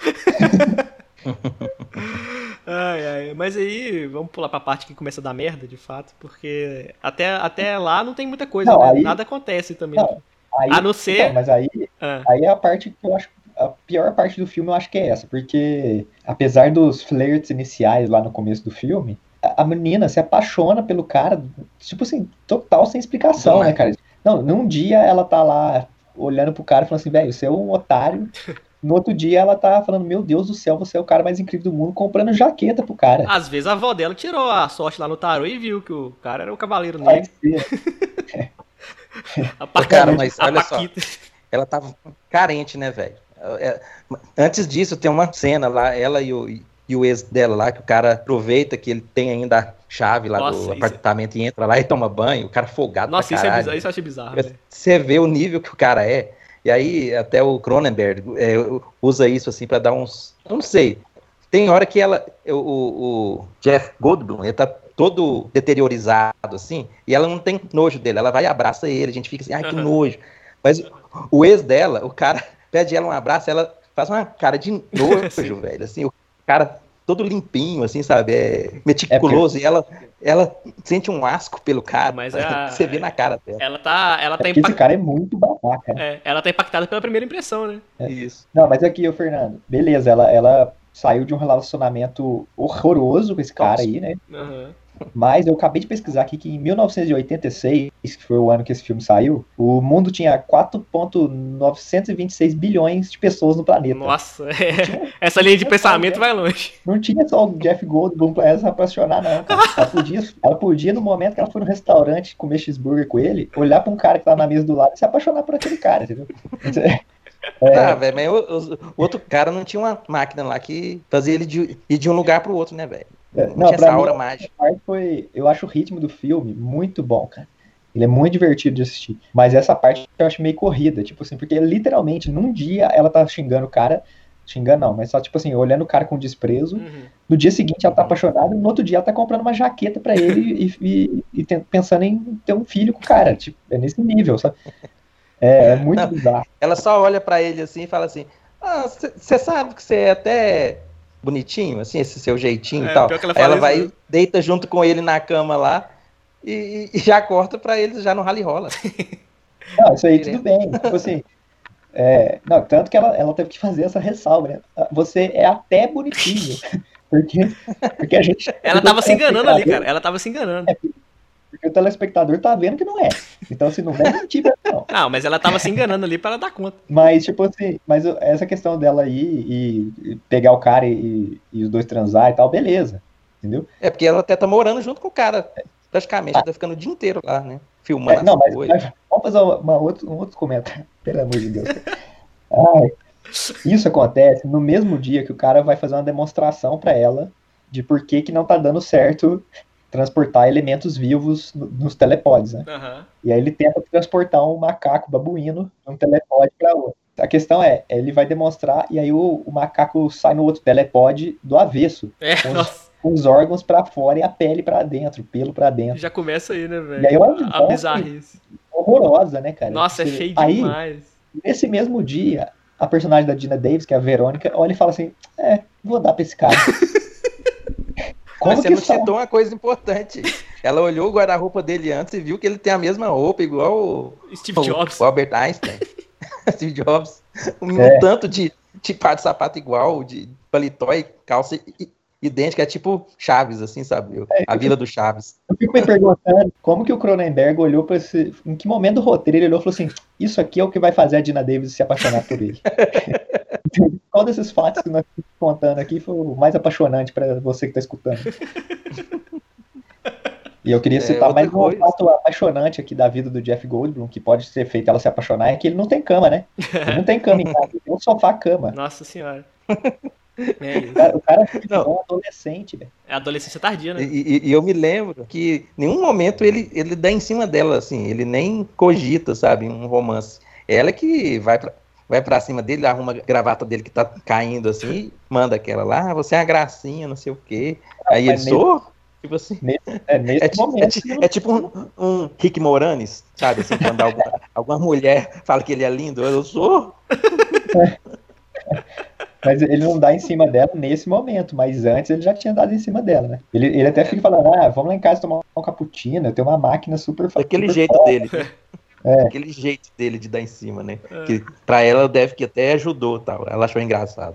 Mas aí, vamos pular pra parte que começa a dar merda, de fato, porque até lá não tem muita coisa, né? Nada acontece também. A não ser... Então, mas aí é a parte que eu acho... A pior parte do filme eu acho que é essa, porque apesar dos flirts iniciais lá no começo do filme, a menina se apaixona pelo cara, tipo assim, total sem explicação, né, cara? Não, num dia ela tá lá olhando pro cara e falando assim, velho, você é um otário. No outro dia ela tá falando, meu Deus do céu, você é o cara mais incrível do mundo, comprando jaqueta pro cara. Às vezes a avó dela tirou a sorte lá no tarô e viu que o cara era o cavaleiro negro. Cara, mas olha só, ela tava carente, né, velho? Antes disso, tem uma cena lá, ela e o ex dela lá, que o cara aproveita que ele tem ainda a chave lá do apartamento e entra lá e toma banho, o cara folgado pra caralho. Isso eu achei bizarro. Você vê o nível que o cara é, E aí até o Cronenberg usa isso assim para dar uns... Eu não sei. Tem hora que o Jeff Goldblum, ele tá todo deteriorizado assim, e ela não tem nojo dele. Ela vai e abraça ele, a gente fica assim, ai, que nojo. Mas o ex dela, o cara pede ela um abraço, ela faz uma cara de nojo, velho. Assim, o cara todo limpinho, assim, sabe? Meticuloso. E ela sente um asco pelo cara. Mas você vê na cara dela. Ela tá Esse cara é muito babaca. Ela tá impactada pela primeira impressão, né? Isso. Não, mas aqui, ô Fernando, beleza, ela saiu de um relacionamento horroroso com esse cara aí, né? Uhum. Mas eu acabei de pesquisar aqui que em 1986, que foi o ano que esse filme saiu, o mundo tinha 4,926 bilhões de pessoas no planeta. Nossa, essa linha de pensamento vai longe. Não tinha só o Jeff Goldblum pra ela se apaixonar, não, cara. Ela podia, no momento que ela foi no restaurante comer cheeseburger com ele, olhar pra um cara que tava na mesa do lado e se apaixonar por aquele cara, entendeu? Tá, velho, mas o outro cara não tinha uma máquina lá que fazia ele ir de um lugar pro outro, né, velho? Não tinha essa aura mágica. Eu acho o ritmo do filme muito bom, cara. Ele é muito divertido de assistir. Mas essa parte eu acho meio corrida, tipo assim, porque literalmente, num dia ela tá xingando o cara, xingando não, mas só tipo assim, olhando o cara com desprezo. No dia seguinte ela tá apaixonada, no outro dia ela tá comprando uma jaqueta pra ele e pensando em ter um filho com o cara. Tipo, é nesse nível, sabe? É muito bizarro. Ela só olha pra ele assim e fala assim: você sabe que você é até bonitinho, assim, esse seu jeitinho e tal. Aí ela vai, mesmo. Deita junto com ele na cama lá e já corta pra ele já no rally rola. Não, isso aí tudo bem. Tipo assim, não, tanto que ela teve que fazer essa ressalva, né? Você é até bonitinho. Porque a gente. Ela tava se enganando ali, cara. Ela tava se enganando. Porque o telespectador tá vendo que não é. Então, se não é mentira, não. Não, mas ela tava se enganando ali pra ela dar conta. Mas, tipo assim, essa questão dela aí e pegar o cara e os dois transar e tal, beleza. Entendeu? É porque ela até tá morando junto com o cara. Praticamente, ela tá ficando o dia inteiro lá, né? Filmando as coisas. Mas vamos fazer um outro comentário. Pelo amor de Deus. Isso acontece no mesmo dia que o cara vai fazer uma demonstração pra ela de por que não tá dando certo transportar elementos vivos nos telepods, né? Uhum. E aí ele tenta transportar um macaco babuíno de um telepod para outro. A questão ele vai demonstrar e aí o macaco sai no outro telepod do avesso, com os órgãos para fora e a pele para dentro, o pelo para dentro. Já começa aí, né, velho? E aí a bizarrice. Horrorosa, né, cara? Nossa, é feio demais. Aí, nesse mesmo dia, a personagem da Dina Davis, que é a Verônica, olha e fala assim, vou dar pra esse cara. Mas você não citou uma coisa importante. Ela olhou o guarda-roupa dele antes e viu que ele tem a mesma roupa, igual o Steve Jobs. O Albert Einstein. Steve Jobs. Um tanto de par de sapato igual, de paletó e calça idêntica, é tipo Chaves, assim, sabe? A Vila do Chaves. Eu fico me perguntando como que o Cronenberg olhou pra esse... Em que momento do roteiro ele olhou e falou assim, isso aqui é o que vai fazer a Dina Davis se apaixonar por ele. Qual desses fatos que nós estamos contando aqui foi o mais apaixonante para você que está escutando? E eu queria citar mais um fato apaixonante aqui da vida do Jeff Goldblum, que pode ser feito ela se apaixonar, é que ele não tem cama, né? Ele não tem cama em casa, ele tem um sofá-cama. Nossa senhora. O cara fica um adolescente, velho. É adolescência tardia, né? E eu me lembro que em nenhum momento ele dá em cima dela, assim, ele nem cogita, sabe, um romance. Ela que vai pra cima dele, arruma a gravata dele que tá caindo assim, e manda aquela lá, você é uma gracinha, não sei o quê. Aí ele tipo assim. É tipo um Rick Moranis, sabe? Assim, quando alguma mulher fala que ele é lindo, eu sou. Mas ele não dá em cima dela nesse momento, mas antes ele já tinha dado em cima dela, né? Ele até fica falando, vamos lá em casa tomar um cappuccino, eu tenho uma máquina super daquele jeito forte. Dele. Aquele jeito dele de dar em cima, né? Que pra ela deve que até ajudou, tal. Ela achou engraçado.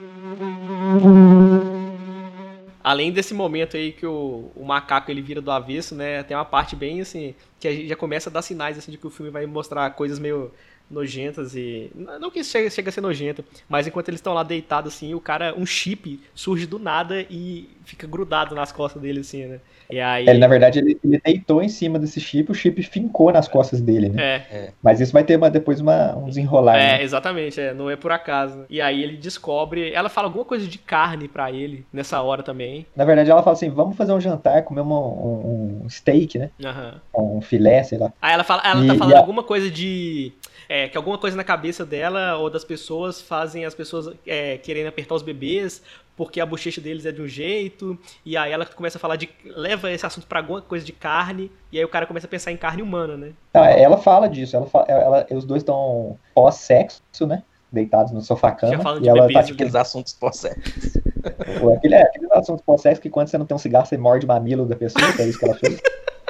Além desse momento aí que o macaco ele vira do avesso, né? Tem uma parte bem assim que a gente já começa a dar sinais assim de que o filme vai mostrar coisas meio nojentas e... Não que isso chega a ser nojento, mas enquanto eles estão lá deitados assim, o cara, um chip surge do nada e fica grudado nas costas dele assim, né? E aí... na verdade, ele deitou em cima desse chip, o chip fincou nas costas dele, né? Mas isso vai ter depois um desenrolar. Né? Exatamente, não é por acaso. E aí ele descobre... Ela fala alguma coisa de carne pra ele nessa hora também. Na verdade, ela fala assim, vamos fazer um jantar, comer um steak, né? Um filé, sei lá. Aí ela tá falando alguma coisa de... que alguma coisa na cabeça dela ou das pessoas fazem as pessoas querendo apertar os bebês porque a bochecha deles é de um jeito, e aí ela começa a falar leva esse assunto pra alguma coisa de carne, e aí o cara começa a pensar em carne humana, né? Ela fala disso, os dois estão pós-sexo, né? Deitados no sofá-cama. Já E ela bebês, tá tipo Aqueles assuntos pós-sexo. aqueles assuntos pós-sexo que quando você não tem um cigarro, você morde o mamilo da pessoa, que é isso que ela fez.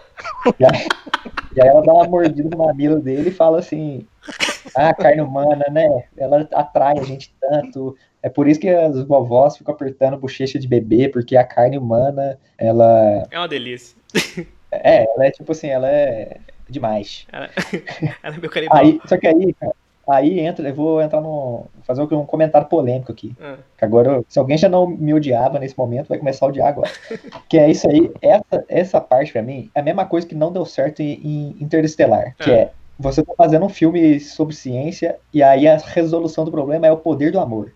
E aí ela dá uma mordida no mamilo dele e fala assim: ah, carne humana, né? Ela atrai a gente tanto. É por isso que as vovós ficam apertando bochecha de bebê, porque a carne humana, ela é uma delícia. ela é tipo assim, ela é demais. Ela é meu canibal. Só que aí, cara, eu vou entrar fazer um comentário polêmico aqui. Que agora, se alguém já não me odiava nesse momento, vai começar a odiar agora. Que é isso aí, essa parte pra mim, é a mesma coisa que não deu certo em Interestelar. Que é, você tá fazendo um filme sobre ciência e aí a resolução do problema é o poder do amor.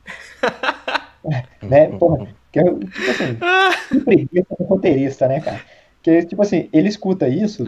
Né? Porra, tipo assim, que preguiça do roteirista, né, cara? Que, tipo assim, ele escuta isso,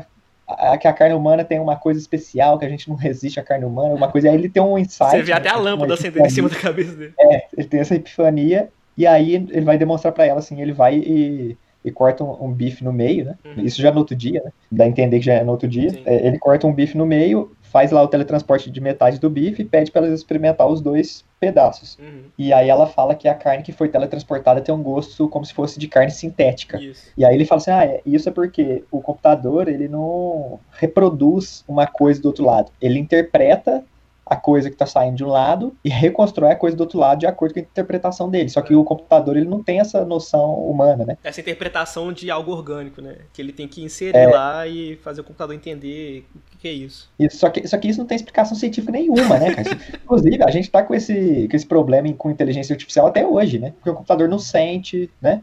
que a carne humana tem uma coisa especial, que a gente não resiste à carne humana, uma coisa, aí ele tem um insight. Você vê até a lâmpada acendendo em cima da cabeça dele. Ele tem essa epifania, e aí ele vai demonstrar pra ela, assim, ele vai e corta um bife no meio, né? Isso já no outro dia, né? Dá a entender que já é no outro dia. Ele corta um bife no meio, faz lá o teletransporte de metade do bife e pede pra ela experimentar os 2 pedaços. E aí ela fala que a carne que foi teletransportada tem um gosto como se fosse de carne sintética. Isso. E aí ele fala assim, isso é porque o computador, ele não reproduz uma coisa do outro lado. Ele interpreta a coisa que está saindo de um lado e reconstrói a coisa do outro lado de acordo com a interpretação dele. Só que o computador, ele não tem essa noção humana, né? Essa interpretação de algo orgânico, né? Que ele tem que inserir lá e fazer o computador entender o que é isso. Só que isso não tem explicação científica nenhuma, né, cara? Inclusive, a gente tá com esse problema com inteligência artificial até hoje, né? Porque o computador não sente, né?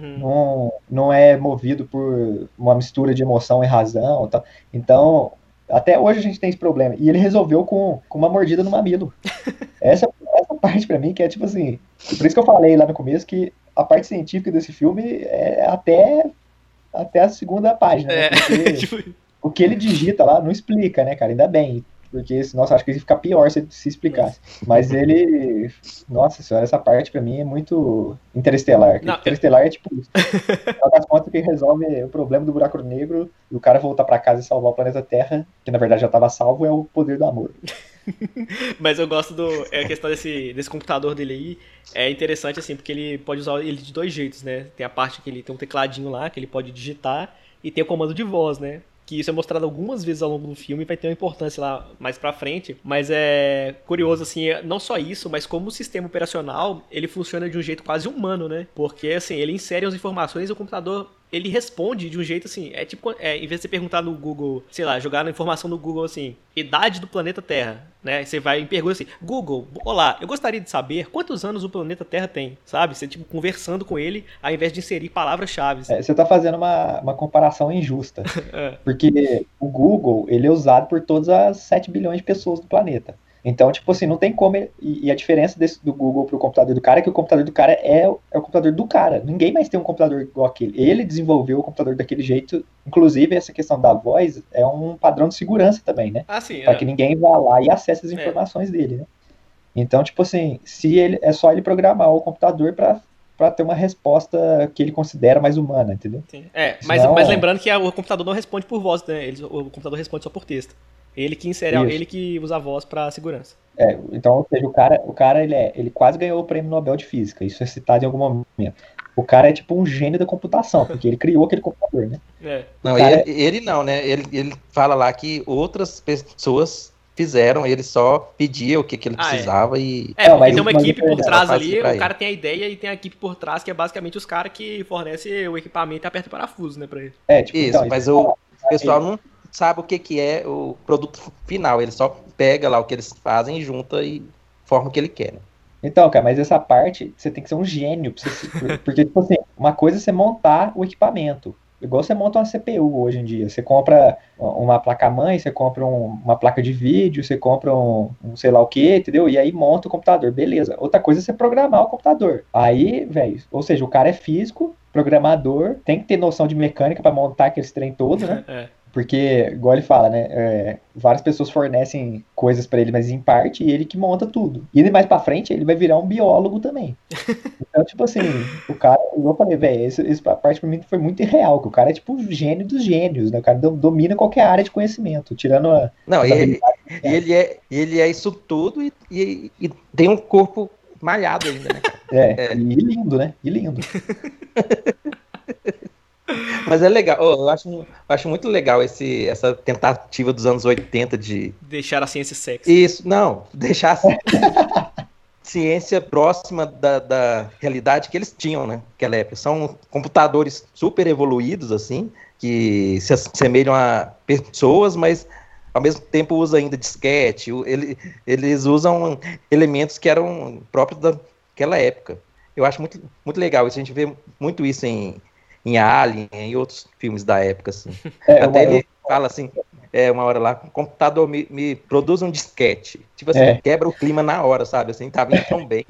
Não é movido por uma mistura de emoção e razão. Tal. Então, até hoje a gente tem esse problema. E ele resolveu com uma mordida no mamilo. Essa parte pra mim que é tipo assim... Por isso que eu falei lá no começo que a parte científica desse filme é até a segunda página, né? Porque o que ele digita lá não explica, né, cara? Ainda bem. Porque, nossa, acho que ia ficar pior se explicasse. Mas ele... Nossa senhora, essa parte pra mim é muito interestelar. Interestelar é tipo isso. No das contas, que resolve o problema do buraco negro e o cara voltar pra casa e salvar o planeta Terra, que na verdade já tava salvo, é o poder do amor. Mas eu gosto a questão desse computador dele aí. É interessante, assim, porque ele pode usar ele de 2 jeitos, né? Tem a parte que ele tem um tecladinho lá, que ele pode digitar, e tem o comando de voz, né? Que isso é mostrado algumas vezes ao longo do filme e vai ter uma importância lá mais pra frente. Mas é curioso, assim, não só isso, mas como o sistema operacional, ele funciona de um jeito quase humano, né? Porque, assim, ele insere as informações e o computador, ele responde de um jeito, assim, em vez de você perguntar no Google, sei lá, jogar a informação no Google, assim, idade do planeta Terra, né? Você vai e pergunta assim, Google, olá, eu gostaria de saber quantos anos o planeta Terra tem, sabe? Você, tipo, conversando com ele, ao invés de inserir palavras-chave. Você tá fazendo uma comparação injusta. Porque o Google, ele é usado por todas as 7 bilhões de pessoas do planeta. Então, tipo assim, não tem como... E a diferença do Google pro computador do cara é que o computador do cara é o computador do cara. Ninguém mais tem um computador igual aquele. Ele desenvolveu o computador daquele jeito. Inclusive, essa questão da voz é um padrão de segurança também, né? Sim, pra que ninguém vá lá e acesse as informações dele, né? Então, tipo assim, é só ele programar o computador pra ter uma resposta que ele considera mais humana, entendeu? Sim. Mas lembrando que o computador não responde por voz, né? O computador responde só por texto. Ele que insere, ele que usa a voz pra segurança. Então, ou seja, o cara ele quase ganhou o prêmio Nobel de Física. Isso é citado em algum momento. O cara é tipo um gênio da computação, porque ele criou aquele computador, né? Não, ele não, né? Ele fala lá que outras pessoas fizeram, ele só pedia o que ele precisava e... Porque tem uma equipe por trás ali, o cara tem a ideia e tem a equipe por trás, que é basicamente os caras que fornecem o equipamento e aperta o parafuso, né, pra ele. Isso, mas o pessoal não sabe o que é o produto final, ele só pega lá o que eles fazem, junta e forma o que ele quer, né? Então, cara, mas essa parte, você tem que ser um gênio, porque, tipo assim, uma coisa é você montar o equipamento, igual você monta uma CPU hoje em dia, você compra uma placa-mãe, você compra uma placa de vídeo, você compra um sei lá o que, entendeu? E aí monta o computador, beleza. Outra coisa é você programar o computador. Aí, velho, ou seja, o cara é físico, programador, tem que ter noção de mecânica pra montar aquele trem todo, né? Porque, igual ele fala, né? Várias pessoas fornecem coisas pra ele, mas em parte, ele que monta tudo. E ele mais pra frente, ele vai virar um biólogo também. Então, tipo assim, o cara, igual eu falei, velho, essa parte pra mim foi muito irreal, que o cara é tipo o gênio dos gênios, né? O cara domina qualquer área de conhecimento, tirando Não, as habilidades. ele é isso tudo e tem um corpo malhado ainda, né, cara? E lindo, né? E lindo. Mas é legal, eu acho muito legal essa tentativa dos anos 80 de... Deixar a ciência sexy. Isso, não, deixar a ciência próxima da realidade que eles tinham, né, naquela época. São computadores super evoluídos, assim, que se assemelham a pessoas, mas ao mesmo tempo usam ainda disquete. Eles usam elementos que eram próprios daquela época. Eu acho muito, muito legal isso. A gente vê muito isso em Alien, em outros filmes da época, assim. Até ele fala assim, uma hora lá, o computador me produz um disquete. Tipo assim, quebra o clima na hora, sabe? Assim, tá vindo tão bem.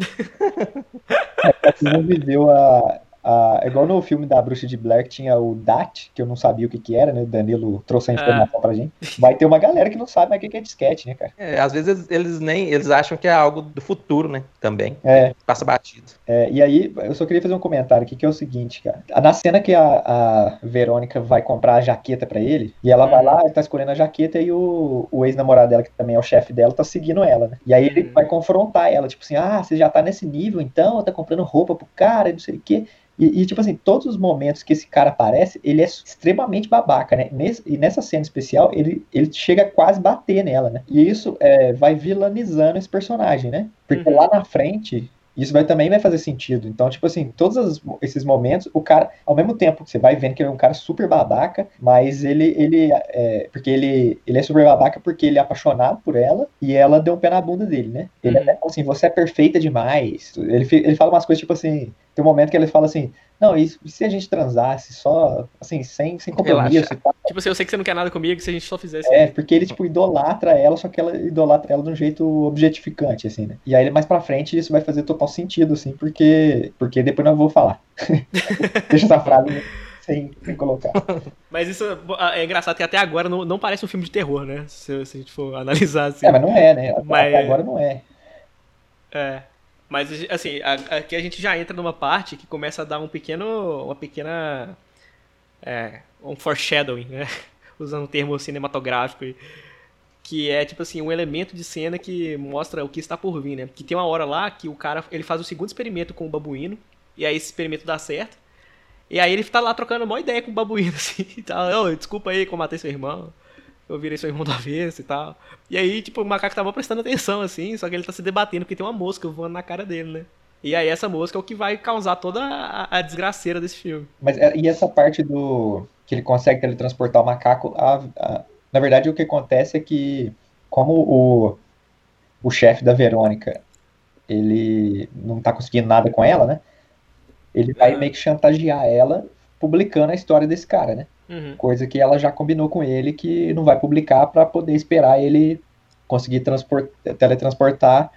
Você não viveu igual no filme da Bruxa de Blair, que tinha o DAT, que eu não sabia o que era, né? O Danilo trouxe a informação pra gente. Vai ter uma galera que não sabe mais o que é disquete, né, cara? Às vezes eles acham que é algo do futuro, né? Também. Passa batido. E aí, eu só queria fazer um comentário aqui, que é o seguinte, cara. Na cena que a Verônica vai comprar a jaqueta pra ele, e ela vai lá, ele tá escolhendo a jaqueta, e o ex-namorado dela, que também é o chefe dela, tá seguindo ela, né? E aí ele vai confrontar ela, tipo assim, você já tá nesse nível, então, tá comprando roupa pro cara, e não sei o quê. E, tipo assim, todos os momentos que esse cara aparece, ele é extremamente babaca, né? E nessa cena especial, ele chega a quase bater nela, né? E isso vai vilanizando esse personagem, né? Porque lá na frente, isso também vai fazer sentido. Então, tipo assim, todos esses momentos, o cara, ao mesmo tempo que você vai vendo que ele é um cara super babaca, mas porque ele é super babaca porque ele é apaixonado por ela e ela deu um pé na bunda dele, né? Ele até fala assim, você é perfeita demais. Ele fala umas coisas tipo assim, tem um momento que ele fala assim, não, e se a gente transasse só, assim, sem compromisso e tal? Tipo assim, eu sei que você não quer nada comigo, se a gente só fizesse... Porque ele, tipo, idolatra ela, só que ela idolatra ela de um jeito objetificante, assim, né? E aí, mais pra frente, isso vai fazer total sentido, assim, porque depois não vou falar. Deixa essa frase sem colocar. Mas isso é engraçado, que até agora não parece um filme de terror, né? Se a gente for analisar, assim. Mas não é, né? Até agora não é. Mas, assim, aqui a gente já entra numa parte que começa a dar um foreshadowing, né? Usando um termo cinematográfico, que é, tipo assim, um elemento de cena que mostra o que está por vir, né? Que tem uma hora lá que o cara, ele faz o segundo experimento com o babuíno, e aí esse experimento dá certo, e aí ele tá lá trocando uma ideia com o babuíno, assim, e tal. Desculpa aí que eu matei seu irmão, eu virei seu irmão do avesso e tal. E aí, tipo, o macaco tava prestando atenção, assim, só que ele tá se debatendo porque tem uma mosca voando na cara dele, né? E aí essa mosca é o que vai causar toda a desgraceira desse filme. Mas e essa parte que ele consegue teletransportar o macaco, na verdade o que acontece é que, como o chefe da Verônica, ele não tá conseguindo nada com ela, né? Ele vai meio que chantagear ela publicando a história desse cara, né? Coisa que ela já combinou com ele que não vai publicar para poder esperar ele conseguir teletransportar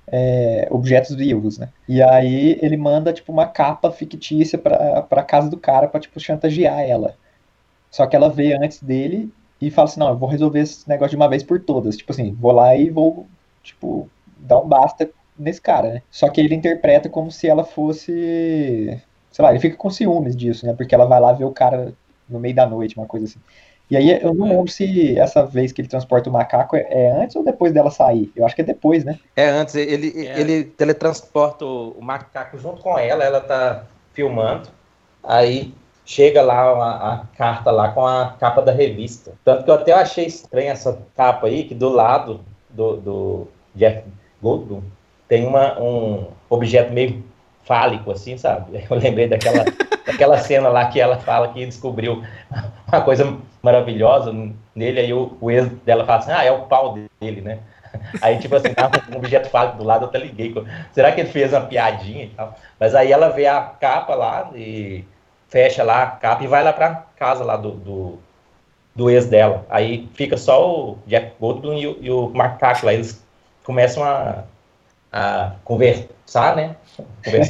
objetos vivos, né? E aí ele manda, tipo, uma capa fictícia pra casa do cara pra, tipo, chantagear ela. Só que ela vê antes dele e fala assim, não, eu vou resolver esse negócio de uma vez por todas. Tipo assim, vou lá e vou, tipo, dar um basta nesse cara, né? Só que ele interpreta como se ela fosse... Sei lá, ele fica com ciúmes disso, né? Porque ela vai lá ver o cara no meio da noite, uma coisa assim. E aí eu não lembro se essa vez que ele transporta o macaco é antes ou depois dela sair. Eu acho que é depois, né? É antes, ele teletransporta o macaco junto com ela tá filmando, aí chega lá a carta lá com a capa da revista. Tanto que eu até achei estranha essa capa aí, que do lado do Jeff Goldblum tem um objeto meio fálico, assim, sabe? Eu lembrei daquela cena lá que ela fala que descobriu uma coisa maravilhosa nele, aí o ex dela fala assim, é o pau dele, né? Aí, tipo assim, tava um objeto fálico do lado, eu até liguei. Será que ele fez uma piadinha e tal? Mas aí ela vê a capa lá e fecha lá a capa e vai lá pra casa lá do ex dela. Aí fica só o Jeff Goldblum e o macaco lá. Eles começam a conversar, né? Conversar não.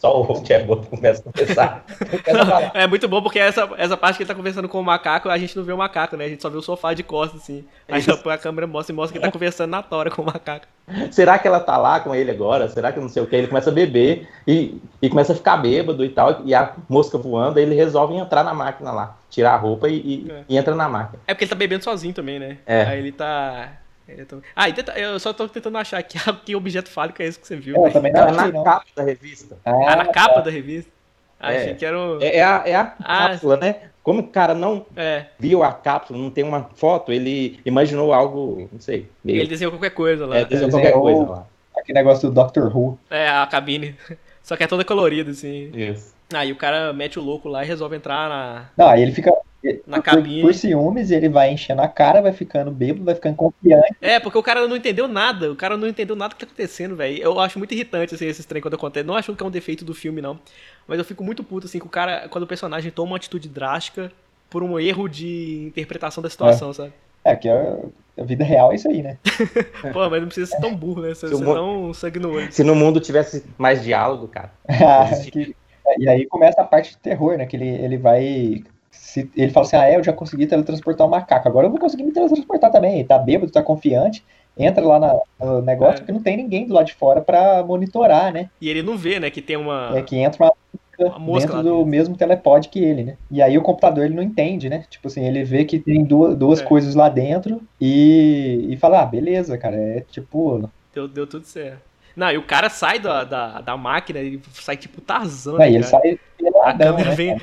Só o Chadwick começa a conversar. Começa a falar. É muito bom porque essa parte que ele tá conversando com o macaco, a gente não vê o macaco, né? A gente só vê o sofá de costas, assim. Aí a câmera mostra que ele tá conversando na tora com o macaco. Será que ela tá lá com ele agora? Será que não sei o que? Ele começa a beber e começa a ficar bêbado e tal, e a mosca voando, aí ele resolve entrar na máquina lá, tirar a roupa e entra na máquina. É porque ele tá bebendo sozinho também, né? É. Aí ele tá... eu só tô tentando achar que objeto fálico é esse que você viu. Eu Né? também não Era achei, na não. capa da revista. Na capa da revista? Achei que era o... É a cápsula, né? Como o cara não viu a cápsula, não tem uma foto, ele imaginou algo, não sei. Meio... Ele desenhou qualquer coisa lá. Desenhou qualquer coisa lá. Aquele negócio do Doctor Who. A cabine. Só que é toda colorida, assim. Isso. Aí o cara mete o louco lá e resolve entrar na... Não, aí ele fica... Na cabine. Por ciúmes, ele vai enchendo a cara, vai ficando bêbado, vai ficando confiante. Porque o cara não entendeu nada. O cara não entendeu nada do que tá acontecendo, velho. Eu acho muito irritante, assim, esses trem quando acontece. Não acho que é um defeito do filme, não. Mas eu fico muito puto, assim, com o cara... Quando o personagem toma uma atitude drástica por um erro de interpretação da situação, sabe? Que a vida real é isso aí, né? Pô, mas não precisa ser tão burro, né? Você não sangue no olho. Se no mundo tivesse mais diálogo, cara. E aí começa a parte de terror, né? Que ele vai... Ele fala assim, eu já consegui teletransportar o macaco, agora eu vou conseguir me teletransportar também. Ele tá bêbado, tá confiante, entra lá no negócio, porque não tem ninguém do lado de fora pra monitorar, né? E ele não vê, né, que tem uma... que entra uma mosca dentro do mesmo telepod que ele, né? E aí o computador, ele não entende, né? Tipo assim, ele vê que tem duas coisas lá dentro e fala, beleza, cara, tipo... Deu tudo certo. Não, e o cara sai da máquina, ele sai tipo Tarzan, né, ele sai peladão, a câmera né, vem...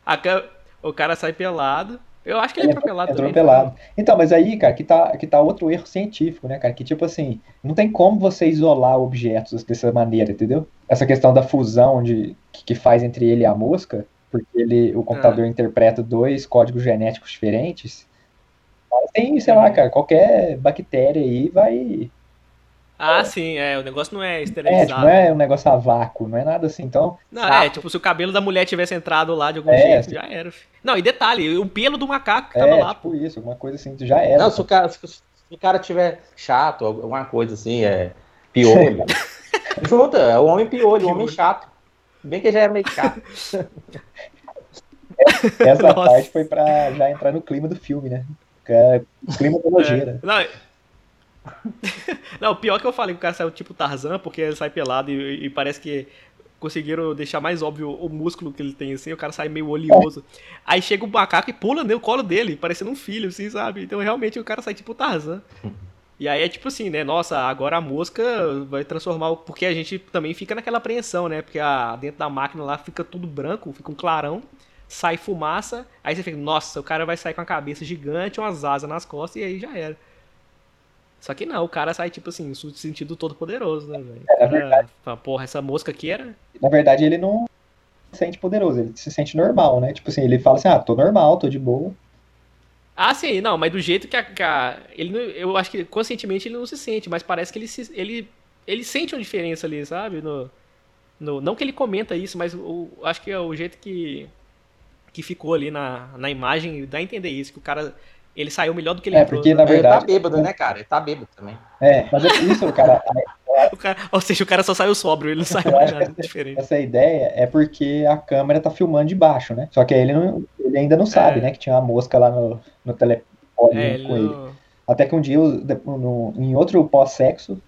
O cara sai pelado. Eu acho que ele entrou pelado também. Pelado. Então, mas aí, cara, que tá outro erro científico, né, cara? Que tipo assim, não tem como você isolar objetos dessa maneira, entendeu? Essa questão da fusão que faz entre ele e a mosca, porque o computador interpreta 2 códigos genéticos diferentes. Mas tem, sei lá, cara, qualquer bactéria aí vai... sim, o negócio não é esterilizado. Não é um negócio a vácuo, não é nada assim, então... Não, tipo, se o cabelo da mulher tivesse entrado lá de algum jeito, já era. Não, e detalhe, o pelo do macaco que tava lá. Tipo isso, alguma coisa assim, já era. Não, se o cara tiver chato, alguma coisa assim, piolho. Junta, é o homem piolho, o homem chato. Bem que já é meio chato. Essa parte foi pra já entrar no clima do filme, né? O clima da nojeira. Não, o pior que eu falei que o cara saiu tipo Tarzan, porque ele sai pelado e parece que conseguiram deixar mais óbvio o músculo que ele tem, assim, o cara sai meio oleoso. Aí chega o macaco e pula no colo dele, parecendo um filho, assim, sabe? Então realmente o cara sai tipo Tarzan. E aí é tipo assim, né? Nossa, agora a mosca vai transformar... Porque a gente também fica naquela apreensão, né? Porque dentro da máquina lá fica tudo branco, fica um clarão, sai fumaça, aí você fica, nossa, o cara vai sair com a cabeça gigante, umas asas nas costas e aí já era. Só que não, o cara sai, tipo assim, no sentido todo poderoso, né, velho? Porra, essa mosca aqui era... Na verdade, ele não se sente poderoso, ele se sente normal, né? Tipo assim, ele fala assim, tô normal, tô de boa. Sim, não, mas do jeito que eu acho que conscientemente ele não se sente, mas parece que ele sente uma diferença ali, sabe? Não que ele comenta isso, mas acho que é o jeito que ficou ali na imagem, dá a entender isso, que o cara... Ele saiu melhor do que ele entrou. Porque, na verdade, ele tá bêbado, né, cara? Ele tá bêbado também. Mas é isso, cara. Ou seja, o cara só saiu sóbrio, ele não saiu mais nada diferente. Essa ideia é porque a câmera tá filmando de baixo, né? Só que aí ele ainda não sabe, né? Que tinha uma mosca lá no telefone com ele. Até que um dia, em outro pós-sexo,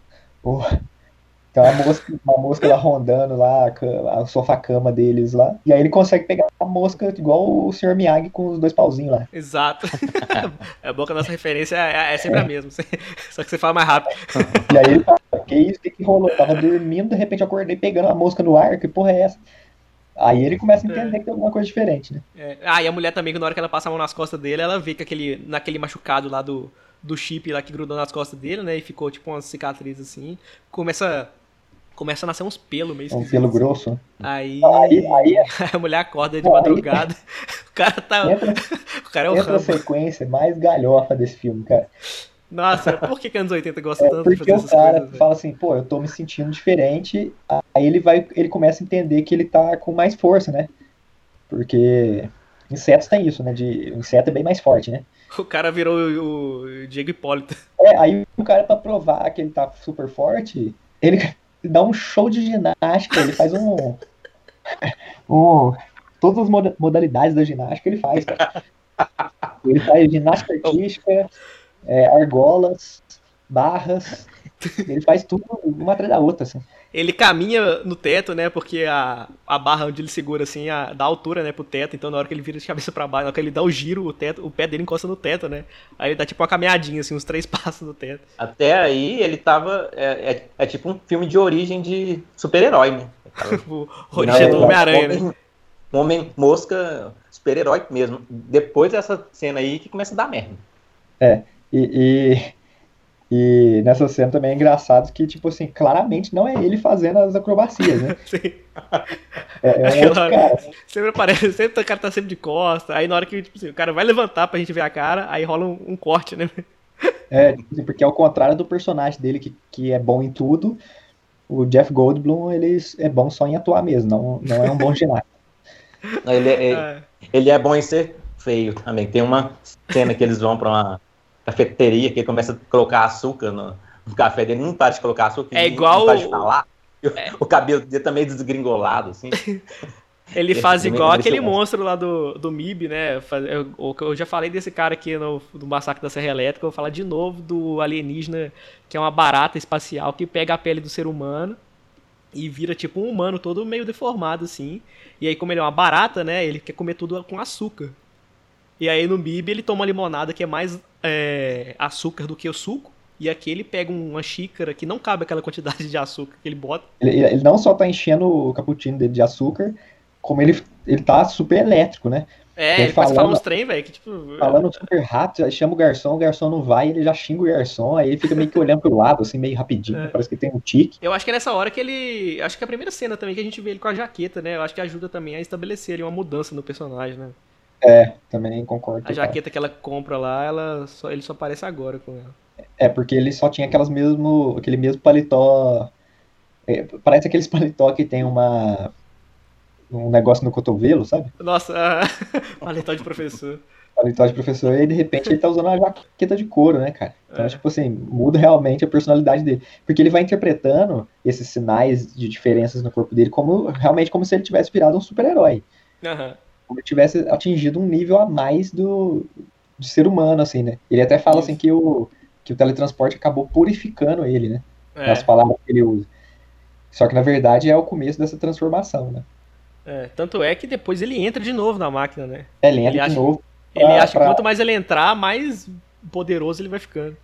tem uma mosca lá rondando lá, a sofá-cama deles lá. E aí ele consegue pegar a mosca igual o Sr. Miyagi com os 2 pauzinhos lá. Exato. É bom que a nossa referência é sempre a mesma. Só que você fala mais rápido. E aí ele fala, que isso? O que rolou? Eu tava dormindo, de repente eu acordei pegando a mosca no ar, que porra é essa? Aí ele começa a entender que tem alguma coisa diferente, né? E a mulher também, que na hora que ela passa a mão nas costas dele, ela vê que naquele machucado lá do chip lá que grudou nas costas dele, né? E ficou tipo uma cicatriz assim. Começa a nascer uns pelos meio esquisitos. Um pelo grosso. Aí a mulher acorda de madrugada. O cara tá... o cara é o Rambo. Entra a sequência mais galhofa desse filme, cara. Nossa, por que anos 80 gosta tanto de fazer essas coisas? Porque o cara fala assim, eu tô me sentindo diferente. Aí ele começa a entender que ele tá com mais força, né? Porque insetos tem isso, né? O inseto é bem mais forte, né? O cara virou o Diego Hipólito. Aí o cara, pra provar que ele tá super forte, ele dá um show de ginástica, ele faz Todas as modalidades da ginástica ele faz, cara. Ele faz ginástica artística, argolas, barras, ele faz tudo uma atrás da outra, assim. Ele caminha no teto, né? Porque a barra onde ele segura, assim, dá altura, né, pro teto. Então, na hora que ele vira de cabeça pra baixo, na hora que ele dá o giro, o pé dele encosta no teto, né? Aí ele dá tipo uma caminhadinha, assim, uns 3 passos no teto. Até aí, ele tava... É tipo um filme de origem de super-herói, né? O origem do Homem-Aranha, né? Um homem-mosca super-herói mesmo. Depois dessa cena aí que começa a dar merda. E nessa cena também é engraçado que, tipo assim, claramente não é ele fazendo as acrobacias, né? Sim. É um outro cara. Sempre aparece, sempre o cara tá sempre de costa. Aí na hora que tipo assim, o cara vai levantar pra gente ver a cara, aí rola um corte, né? Porque ao contrário do personagem dele, que é bom em tudo, o Jeff Goldblum, ele é bom só em atuar mesmo, não é um bom ginasta. Ele é bom em ser feio também. Tem uma cena que eles vão pra uma cafeteria que ele começa a colocar açúcar no café dele, não para de colocar açúcar, é igual não para de falar. O cabelo dele tá meio desgringolado, assim. Ele faz igual aquele monstro lá do MIB, né? Eu já falei desse cara aqui do Massacre da Serra Elétrica, eu vou falar de novo do alienígena, que é uma barata espacial que pega a pele do ser humano e vira tipo um humano todo meio deformado, assim. E aí, como ele é uma barata, né? Ele quer comer tudo com açúcar. E aí no MIB ele toma uma limonada que é mais açúcar do que o suco. E aqui ele pega uma xícara que não cabe aquela quantidade de açúcar que ele bota. Ele não só tá enchendo o cappuccino dele de açúcar, como ele tá super elétrico, né? Ele começa a falar uns trem, velho, que tipo... Falando super rápido, aí chama o garçom não vai, ele já xinga o garçom, aí ele fica meio que olhando pro lado, assim, meio rapidinho, parece que tem um tique. Eu acho que é nessa hora que ele... Acho que é a primeira cena também que a gente vê ele com a jaqueta, né? Eu acho que ajuda também a estabelecer ali uma mudança no personagem, né? Também concordo. A jaqueta que ela compra lá, ele só aparece agora com ela. Porque ele só tinha aquele mesmo paletó. Parece aqueles paletó que tem um negócio no cotovelo, sabe? Nossa, paletó de professor. Paletó de professor, e de repente ele tá usando uma jaqueta de couro, né, cara? Então, tipo assim, muda realmente a personalidade dele. Porque ele vai interpretando esses sinais de diferenças no corpo dele realmente como se ele tivesse virado um super-herói. Aham. Como ele tivesse atingido um nível a mais de ser humano, assim, né? Ele até fala assim que o teletransporte acabou purificando ele, né? Nas palavras que ele usa. Só que na verdade é o começo dessa transformação, né? Tanto é que depois ele entra de novo na máquina, né? Ele entra de novo. Ele acha que quanto mais ele entrar, mais poderoso ele vai ficando.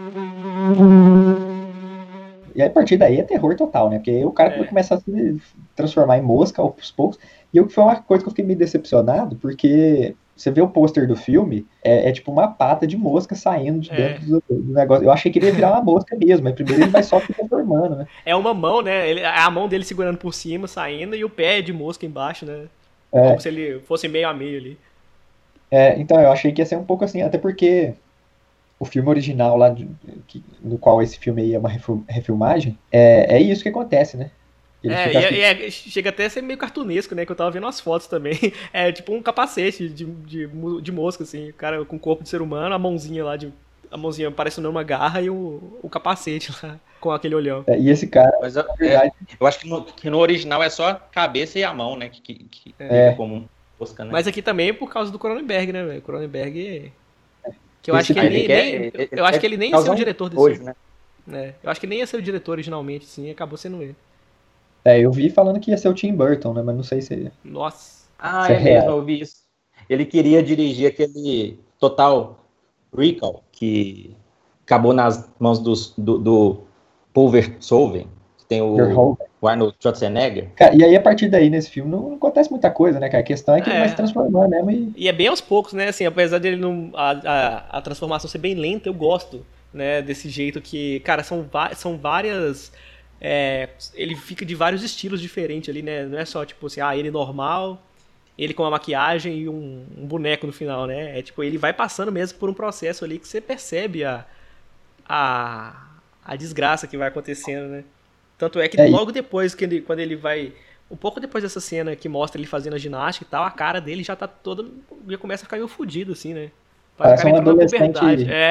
E aí, a partir daí é terror total, né? Porque aí o cara começa a se transformar em mosca aos poucos. E foi uma coisa que eu fiquei meio decepcionado, porque você vê o pôster do filme, é tipo uma pata de mosca saindo de dentro do negócio. Eu achei que ele ia virar uma mosca mesmo, mas primeiro ele vai só se transformando, né? É uma mão, né? A mão dele segurando por cima, saindo, e o pé de mosca embaixo, né? Como se ele fosse meio a meio ali. Então eu achei que ia ser um pouco assim, até porque o filme original lá, no qual esse filme aí é uma refilmagem, é isso que acontece, né? Chega até a ser meio cartunesco, né? Que eu tava vendo as fotos também. É tipo um capacete de mosca, assim. O cara com o corpo de ser humano, a mãozinha lá, a mãozinha parecendo uma garra e o capacete lá, com aquele olhão. E esse cara, mas eu acho que no original é só a cabeça e a mão, né? Que fica como mosca, né? Mas aqui também é por causa do Cronenberg, né, velho? Cronenberg... Que eu acho que ele nem ia ser o diretor desse filme. Né? Eu acho que nem ia ser o diretor originalmente, sim, acabou sendo ele. Eu vi falando que ia ser o Tim Burton, né? Mas não sei se... Nossa. Mesmo, eu vi isso. Ele queria dirigir aquele Total Recall, que acabou nas mãos do Paul Verhoeven, que tem o Arnold Schwarzenegger. Cara, e aí, a partir daí, nesse filme, não acontece muita coisa, né, cara? A questão é que ele vai se transformar mesmo. E é bem aos poucos, né? Assim, apesar dele a transformação ser bem lenta, eu gosto, né? Desse jeito que, cara, são várias... ele fica de vários estilos diferentes ali, né? Não é só, tipo assim, ele normal, ele com uma maquiagem e um boneco no final, né? É tipo, ele vai passando mesmo por um processo ali que você percebe a desgraça que vai acontecendo, né? Tanto é que logo depois, quando ele vai... Um pouco depois dessa cena que mostra ele fazendo a ginástica e tal, a cara dele já tá toda... Já começa a ficar meio fudido, assim, né? Parece um adolescente.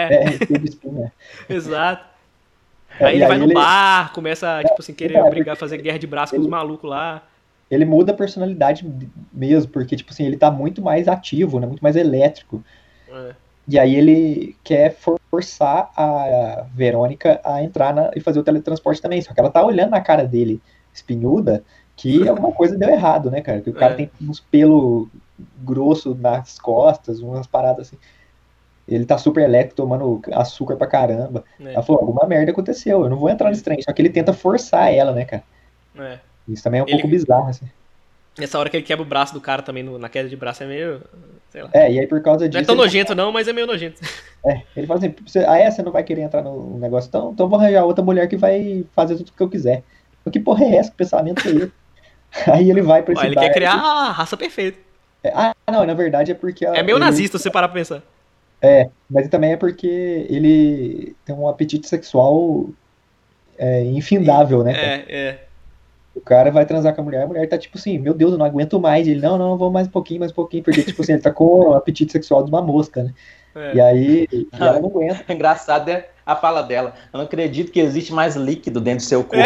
Exato. Aí ele vai no bar, começa, tipo assim, querer brigar, fazer guerra de braço com os malucos lá. ele muda a personalidade mesmo, porque, tipo assim, ele tá muito mais ativo, né? Muito mais elétrico. E aí ele quer forçar a Verônica a entrar e fazer o teletransporte também. Só que ela tá olhando na cara dele, espinhuda, que alguma coisa deu errado, né, cara? Que o cara tem uns pelos grossos nas costas, umas paradas assim. Ele tá super elétrico, tomando açúcar pra caramba. Ela falou, alguma merda aconteceu, eu não vou entrar nesse trem. Só que ele tenta forçar ela, né, cara? Isso também é um pouco bizarro, assim. Nessa hora que ele quebra o braço do cara também, na queda de braço, é meio... sei lá. E aí por causa disso... Não é tão nojento não, mas é meio nojento. Ele fala assim, você não vai querer entrar no negócio, então eu vou arranjar outra mulher que vai fazer tudo o que eu quiser. Mas que porra é essa? Que pensamento é esse? Aí ele vai pra esse ele quer criar a raça perfeita. Não, na verdade é porque... É meio nazista, se você parar pra pensar. Mas também é porque ele tem um apetite sexual infindável, né, cara? O cara vai transar com a mulher tá tipo assim, meu Deus, eu não aguento mais. Ele, não, vou mais um pouquinho, porque, tipo assim, ele tá com o apetite sexual de uma mosca, né? E aí, ela não aguenta. Engraçado é a fala dela. Eu não acredito que existe mais líquido dentro do seu corpo.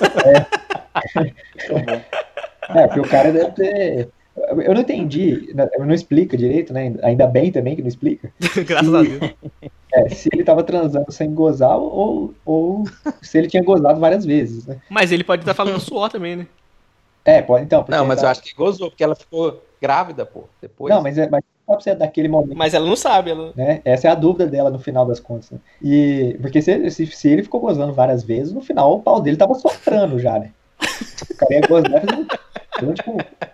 Porque o cara deve ter... Eu não entendi, não explica direito, né? Ainda bem também que não explica. Graças a Deus. Se ele tava transando sem gozar ou se ele tinha gozado várias vezes, né? Mas ele pode estar falando suor também, né? Pode, então. Não, mas eu acho que gozou, porque ela ficou grávida, pô, depois. Não, mas só pra você daquele momento. Mas ela não sabe, ela... né? Essa é a dúvida dela no final das contas, né? Porque se ele ficou gozando várias vezes, no final o pau dele tava soprando já, né? O cara ia gozar, fazendo tipo...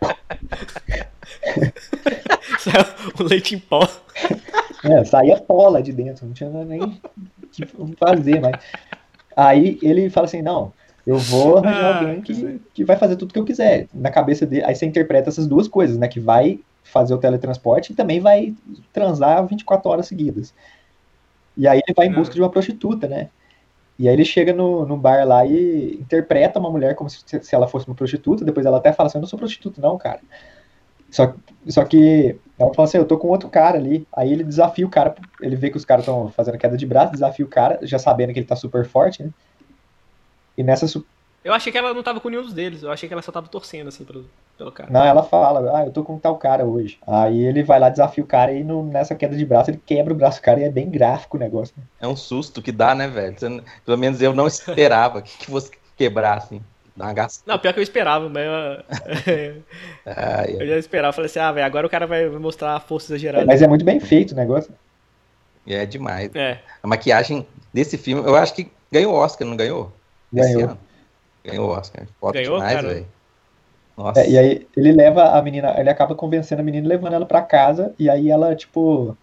o leite em pó. Saía pola de dentro, não tinha nem o que fazer, mas... Aí ele fala assim, não, eu vou arranjar alguém que vai fazer tudo que eu quiser. Na cabeça dele, aí você interpreta essas duas coisas, né? Que vai fazer o teletransporte e também vai transar 24 horas seguidas. E aí ele vai em busca de uma prostituta, né? E aí ele chega no bar lá e interpreta uma mulher como se ela fosse uma prostituta. Depois ela até fala assim, eu não sou prostituta não, cara. Só que ela fala assim, eu tô com outro cara ali. Aí ele desafia o cara, ele vê que os caras estão fazendo queda de braço, desafia o cara, já sabendo que ele tá super forte, né? E nessa... Eu achei que ela não tava com nenhum deles, eu achei que ela só tava torcendo, assim, pelo cara. Não, ela fala, eu tô com tal cara hoje. Aí ele vai lá, desafia o cara e nessa queda de braço ele quebra o braço do cara e é bem gráfico o negócio. Né? É um susto que dá, né, velho? Pelo menos eu não esperava que fosse quebrar, assim. Não, pior que eu esperava, mas eu já esperava. Falei assim, velho, agora o cara vai mostrar a força exagerada. Mas é muito bem feito o negócio. É demais. A maquiagem desse filme, eu acho que ganhou Oscar, não ganhou? Ganhou. Ganhou Oscar. Foda ganhou, demais, velho. Nossa. E aí ele leva a menina, ele acaba convencendo a menina, levando ela pra casa, e aí ela, tipo...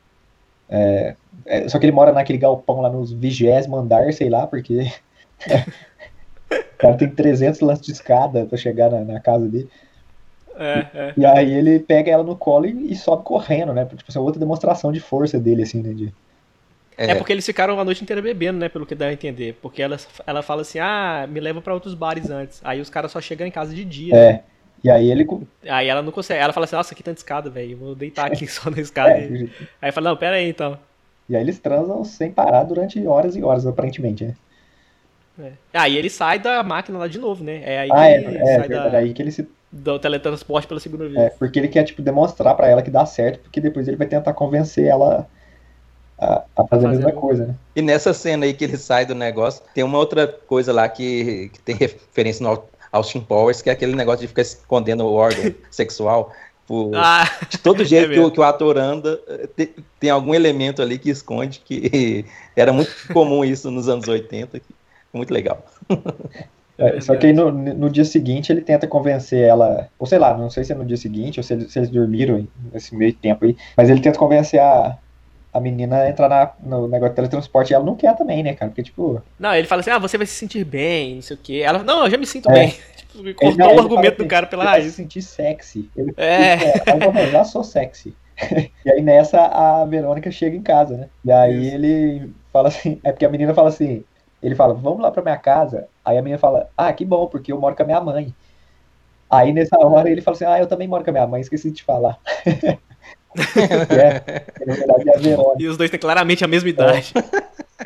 só que ele mora naquele galpão lá nos 20º andar, sei lá, porque... O cara tem 300 lances de escada pra chegar na casa dele. E aí ele pega ela no colo e sobe correndo, né? Tipo, essa outra demonstração de força dele, assim, né? Porque eles ficaram a noite inteira bebendo, né? Pelo que dá a entender. Porque ela fala assim, me leva pra outros bares antes. Aí os caras só chegam em casa de dia. Né? E aí ele... Aí ela não consegue. Ela fala assim, nossa, aqui tá de escada, velho. Vou deitar aqui só na escada. Aí fala, não, pera aí, então. E aí eles transam sem parar durante horas e horas, aparentemente, né? Aí ele sai da máquina lá de novo, né? Aí que ele se... do teletransporte pela segunda vez. Porque ele quer, tipo, demonstrar pra ela que dá certo, porque depois ele vai tentar convencer ela a fazer a mesma coisa, né? E nessa cena aí que ele sai do negócio, tem uma outra coisa lá que tem referência no Austin Powers, que é aquele negócio de ficar escondendo o órgão sexual. De todo jeito que o ator anda, tem algum elemento ali que esconde, que era muito comum isso nos anos 80. Muito legal. Só que aí no dia seguinte ele tenta convencer ela, ou sei lá, não sei se é no dia seguinte ou se eles dormiram nesse meio tempo aí, mas ele tenta convencer a menina a entrar no negócio de teletransporte e ela não quer também, né, cara? Porque, tipo... Não, ele fala assim, você vai se sentir bem, não sei o quê. Ela, não, eu já me sinto bem. Tipo, cortou o argumento do cara pela raiz. Vai se sentir sexy. Eu já sou sexy. E aí nessa a Verônica chega em casa, né? E aí ele fala assim, porque a menina fala assim, ele fala, vamos lá pra minha casa. Aí a menina fala, que bom, porque eu moro com a minha mãe. Aí nessa hora ele fala assim, eu também moro com a minha mãe, esqueci de te falar. Na verdade é a Verônica. E os dois têm claramente a mesma idade.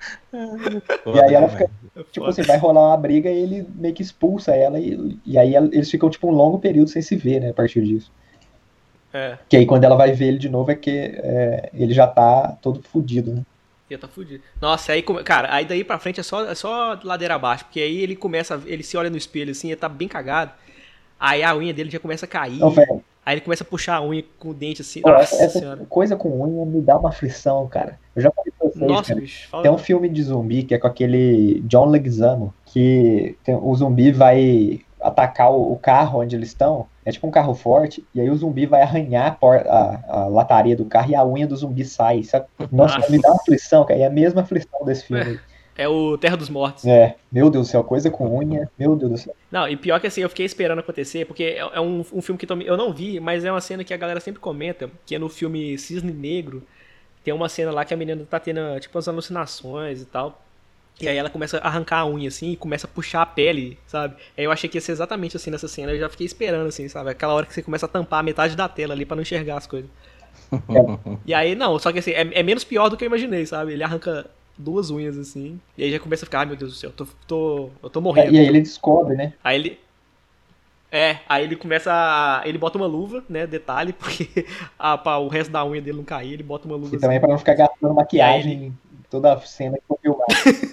E aí ela fica, tipo assim, vai rolar uma briga e ele meio que expulsa ela e aí eles ficam, tipo, um longo período sem se ver, né, a partir disso. É, Que aí quando ela vai ver ele de novo é que ele já tá todo fudido, né? ia tá fudido. Nossa, aí, cara, aí daí pra frente é só ladeira abaixo, porque aí ele começa, ele se olha no espelho assim, ele tá bem cagado. Aí a unha dele já começa a Não, cair. velho, Aí ele começa a puxar a unha com o dente assim. pô, Nossa essa senhora. coisa com unha me dá uma aflição, cara. Eu já falei pra vocês, Nossa, cara. bicho, fala Tem um não. filme de zumbi que é com aquele John Leguizamo, que o zumbi vai atacar o carro onde eles estão. É tipo um carro forte, e aí o zumbi vai arranhar a lataria do carro e a unha do zumbi sai, sabe? Nossa, Nossa. me dá uma aflição, cara. É a mesma aflição desse filme aí. É o Terra dos Mortos. Meu Deus do céu, coisa com unha, meu Deus do céu. Não, e pior que assim, eu fiquei esperando acontecer, porque é um filme que eu não vi, mas é uma cena que a galera sempre comenta, que é no filme Cisne Negro. Tem uma cena lá que a menina tá tendo, tipo, umas alucinações e tal. E aí ela começa a arrancar a unha, assim, e começa a puxar a pele, sabe? Aí eu achei que ia ser exatamente assim nessa cena, eu já fiquei esperando, assim, sabe? Aquela hora que você começa a tampar a metade da tela ali pra não enxergar as coisas. E aí, não, só que assim, é menos pior do que eu imaginei, sabe? Ele arranca duas unhas, assim, e aí já começa a ficar, ai meu Deus do céu, eu tô morrendo. E aí ele descobre, né? Aí ele. Aí ele começa ele bota uma luva, né? Detalhe, porque pra o resto da unha dele não cair, ele bota uma E luva também assim. pra não ficar gastando E aí maquiagem em toda a cena que for filmar.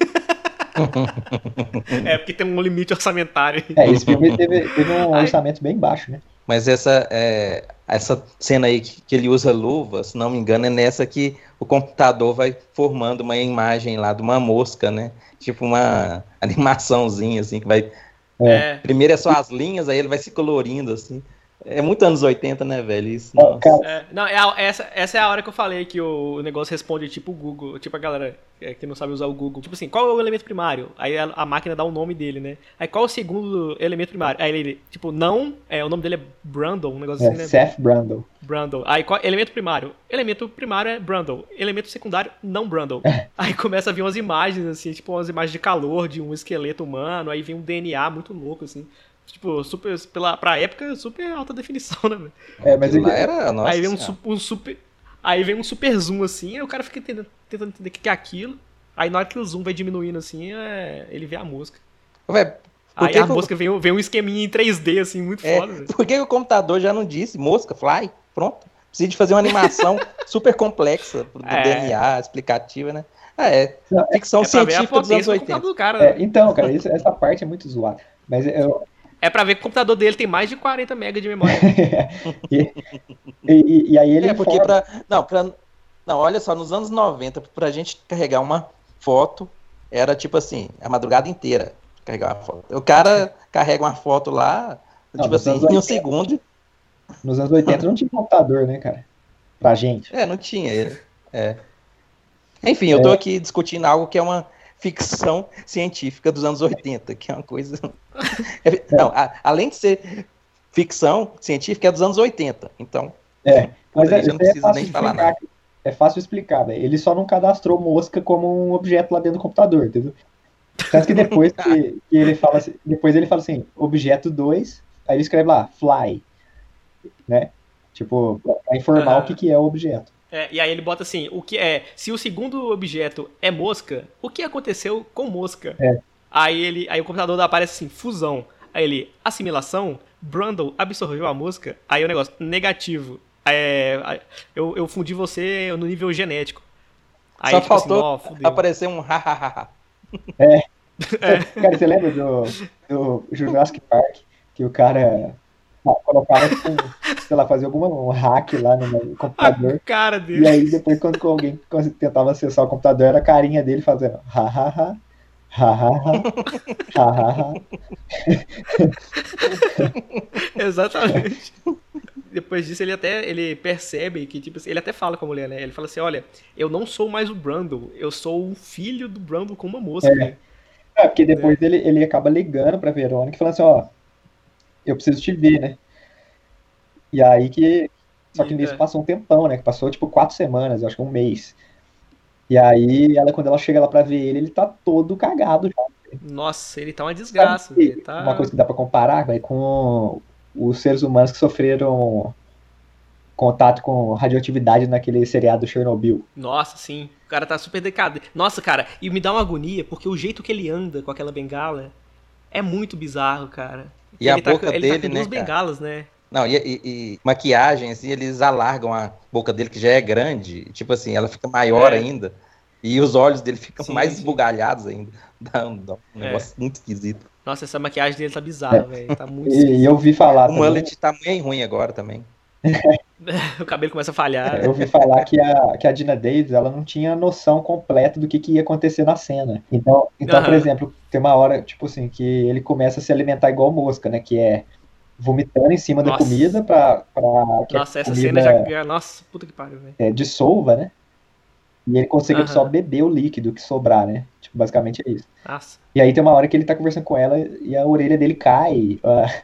porque tem um limite orçamentário aí. Esse filme teve um Aí, orçamento bem baixo, né? Mas essa cena aí que ele usa luva, se não me engano, é nessa que o computador vai formando uma imagem lá de uma mosca, né? Tipo uma animaçãozinha, assim, que vai. É. Primeiro é só as linhas, aí ele vai se colorindo, assim. É muito anos 80, né, velho? Isso, Ó, nossa. cara, não, essa é a hora que eu falei que o negócio responde tipo o Google, tipo a galera que não sabe usar o Google. Tipo assim, qual é o elemento primário? Aí a máquina dá o nome dele, né? Aí qual é o segundo elemento primário? Aí ele, tipo, não, o nome dele é Brundle, um negócio assim, né? Seth Brundle. Brundle. Aí qual elemento primário? Elemento primário é Brundle. Elemento secundário, não Brundle. Aí começa a vir umas imagens, assim, tipo umas imagens de calor de um esqueleto humano, aí vem um DNA muito louco, assim. Tipo, super, pra época, super alta definição, né, velho? Mas Aquilo lá era, nossa Aí vem senhora. um super. Aí vem um super zoom assim, aí o cara fica tentando entender o que é aquilo. Aí na hora que o zoom vai diminuindo assim, ele vê a música. Velho, por Aí que a que o- música vem um esqueminha em 3D, assim, muito foda, velho. por que o computador já não disse mosca, fly? Pronto. Precisa de fazer uma animação super complexa do DNA, explicativa, né? Ficção É pra ver a científica dos anos potência do 80. computador do cara, né? Então, cara, essa parte é muito zoada. Mas É pra ver que o computador dele tem mais de 40 MB de memória. e, e aí ele Porque informa. Não, olha só, nos anos 90, pra gente carregar uma foto, era tipo assim, a madrugada inteira carregar uma foto. O cara carrega uma foto lá, Não, tipo nos assim, anos em um 80. segundo. Nos anos 80 não tinha computador, né, cara? Pra gente. Não tinha ele. Enfim, eu tô aqui discutindo algo que é uma ficção científica dos anos 80, que é uma coisa. Não, além de ser ficção científica, é dos anos 80. Então, Mas aí já isso não aí é precisa fácil nem de falar explicar. nada. É fácil de explicar, velho. Ele só não cadastrou mosca como um objeto lá dentro do computador, entendeu? Tanto que depois que ele fala assim, depois ele fala assim, objeto 2, aí ele escreve lá, fly, né? Tipo, pra informar o que é o objeto. E aí ele bota assim, se o segundo objeto é mosca, o que aconteceu com mosca? Aí o computador aparece assim, fusão. Aí ele, assimilação, Brundle absorveu a mosca. Aí o negócio, negativo. Eu fundi você no nível genético. Aí, Só tipo assim, faltou fudeu. aparecer um hahaha. Cara, você lembra do Jurassic Park, que o cara colocava, tipo, sei lá, fazia um hack lá no A computador, cara e dele. aí depois quando alguém tentava acessar o computador, era a carinha dele fazendo ha, ha, ha. Exatamente. Depois disso, ele percebe que, tipo, ele até fala com a mulher, né? Ele fala assim, olha, eu não sou mais o Brundle, eu sou um filho do Brundle com uma mosca. Porque depois ele acaba ligando pra Verônica e falando assim, ó, eu preciso te ver, né? E aí que. Só que nisso passou um tempão, né? Que passou tipo 4 semanas, eu acho que um mês. E aí, quando ela chega lá pra ver ele tá todo cagado já. Nossa, ele tá uma Sabe desgraça, velho. uma Tá. coisa que dá pra comparar, vai, com os seres humanos que sofreram contato com radioatividade naquele seriado Chernobyl. Nossa, sim. O cara tá super decadente. Nossa, cara, e me dá uma agonia, porque o jeito que ele anda com aquela bengala é muito bizarro, cara. E a boca ele dele, tá com duas né, cara? bengalas, né? Não, e maquiagem, assim, eles alargam a boca dele, que já é grande, tipo assim, ela fica maior É. ainda, e os olhos dele ficam Sim, mais sim. esbugalhados ainda. Dá um negócio muito esquisito. Nossa, essa maquiagem dele tá bizarra, velho. Tá muito E eu esquisito. ouvi falar O também, mullet tá meio ruim agora também. O cabelo começa a falhar. eu ouvi falar que a Dina Davis, ela não tinha noção completa do que ia acontecer na cena. Então, por Aham. exemplo, tem uma hora, tipo assim, que ele começa a se alimentar igual mosca, né? Que é vomitando em cima da comida Nossa. pra que a Nossa, essa cena comida já. Nossa, puta que pariu, velho. dissolva, né? E ele consegue só Aham. beber o líquido que sobrar, né? Tipo, basicamente é isso. Nossa. E aí tem uma hora que ele tá conversando com ela e a orelha dele cai,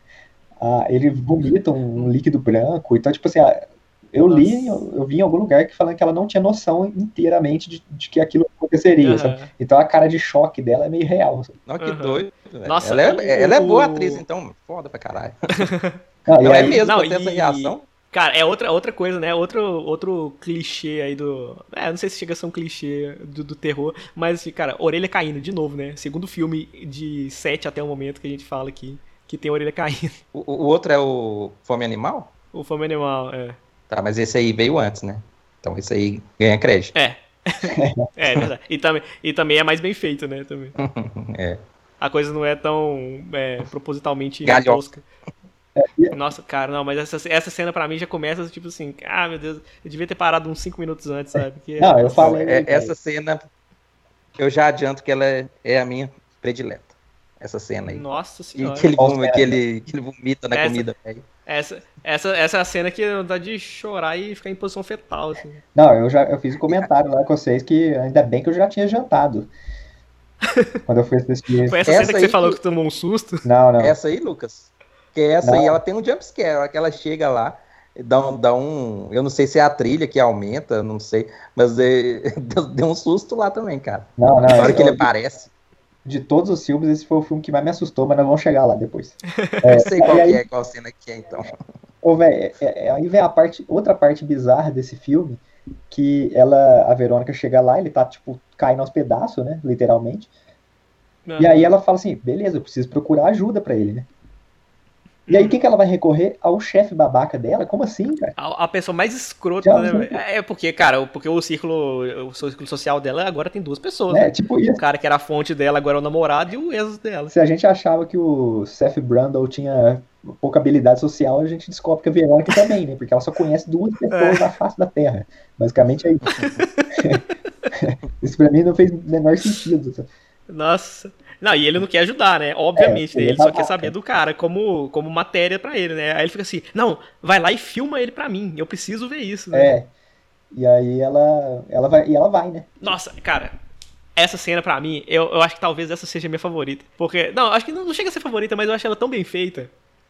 ele vomita um líquido branco. Então, tipo assim, eu li, Nossa. eu vi em algum lugar que falando que ela não tinha noção inteiramente de que aquilo aconteceria, sabe? Aham. Então a cara de choque dela é meio real, sabe? Olha que Aham. doido, velho. Nossa, Ela é boa atriz, então, foda pra caralho. Não, e Não é aí, mesmo Não, pra ter essa reação? Cara, é outra coisa, né? Outro clichê aí do. Não sei se chega a ser um clichê do terror, mas, cara, orelha caindo, de novo, né? Segundo filme de 7 até o momento que a gente fala aqui, que tem orelha caindo. O outro é o Fome Animal? O Fome Animal, é. Tá, mas esse aí veio antes, né? Então esse aí ganha crédito. É. É verdade. E também é mais bem feito, né? Também. É. A coisa não é tão propositalmente Galhofa. tosca. Nossa, cara, não, mas essa cena pra mim já começa tipo assim, ah, meu Deus, eu devia ter parado uns 5 minutos antes, sabe? Porque, não, eu nossa, falei, Essa cena, eu já adianto que ela é a minha predileta. Essa cena aí. Nossa E senhora. que ele vomita na Essa- comida, velho. Essa é a cena que dá de chorar e ficar em posição fetal, assim. não, eu fiz um comentário lá com vocês que ainda bem que eu já tinha jantado quando eu fui assistir Foi esse. essa cena Essa que você aí falou que tomou um susto? Não, não, Essa aí, Lucas. Que essa aí, não. ela tem um jumpscare. A hora que ela chega lá, dá um. Eu não sei se é a trilha que aumenta, não sei. Mas deu um susto lá também, cara. Não, Na hora que ele eu, aparece. de todos os filmes, esse foi o filme que mais me assustou, mas nós vamos chegar lá depois. Não sei E qual que aí, é, qual cena que é, então. ô, véi, aí vem outra parte bizarra desse filme, que a Verônica chega lá, ele tá, tipo, caindo aos pedaços, né, literalmente. E aí ela fala assim, beleza, eu preciso procurar ajuda pra ele, né. E aí, quem que ela vai recorrer? Ao chefe babaca dela? Como assim, cara? A pessoa mais escrota, Já, né, velho? É porque, cara, porque o círculo social dela agora tem duas pessoas, né, né? tipo O isso. cara que era a fonte dela agora é o namorado e o ex dela. Se a gente achava que o Seth Brundle tinha pouca habilidade social, a gente descobre que a Verônica também, né? Porque ela só conhece duas pessoas na face da Terra. Basicamente é isso. Isso pra mim não fez o menor sentido. Sabe? Nossa. Não, e ele não quer ajudar, né? Obviamente, né? ele é Ele só babaca. quer saber do cara como matéria pra ele, né? Aí ele fica assim, não, vai lá e filma ele pra mim. Eu preciso ver isso, né? É. E aí ela vai, né? Nossa, cara, essa cena pra mim, eu acho que talvez essa seja a minha favorita. Porque, não, acho que não chega a ser favorita, mas eu acho ela tão bem feita.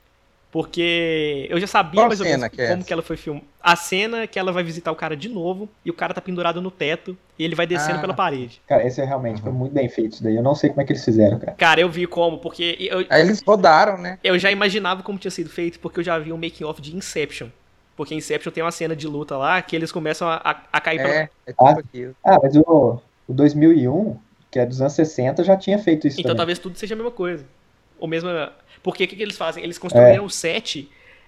Porque eu já sabia Qual mais ou menos cena que é como essa? que ela foi filmada. A cena que ela vai visitar o cara de novo e o cara tá pendurado no teto e ele vai descendo Ah. pela parede. Cara, esse realmente foi muito bem feito isso daí. Eu não sei como é que eles fizeram, cara. Cara, eu vi como, porque Aí eles rodaram, né? eu já imaginava como tinha sido feito, porque eu já vi um making of de Inception. Porque Inception tem uma cena de luta lá que eles começam a cair pela. É tipo Ah, aquilo. mas o 2001, que é dos anos 60, já tinha feito isso Então também. talvez tudo seja a mesma coisa. Ou mesmo. Porque o que eles fazem? Eles construíram o set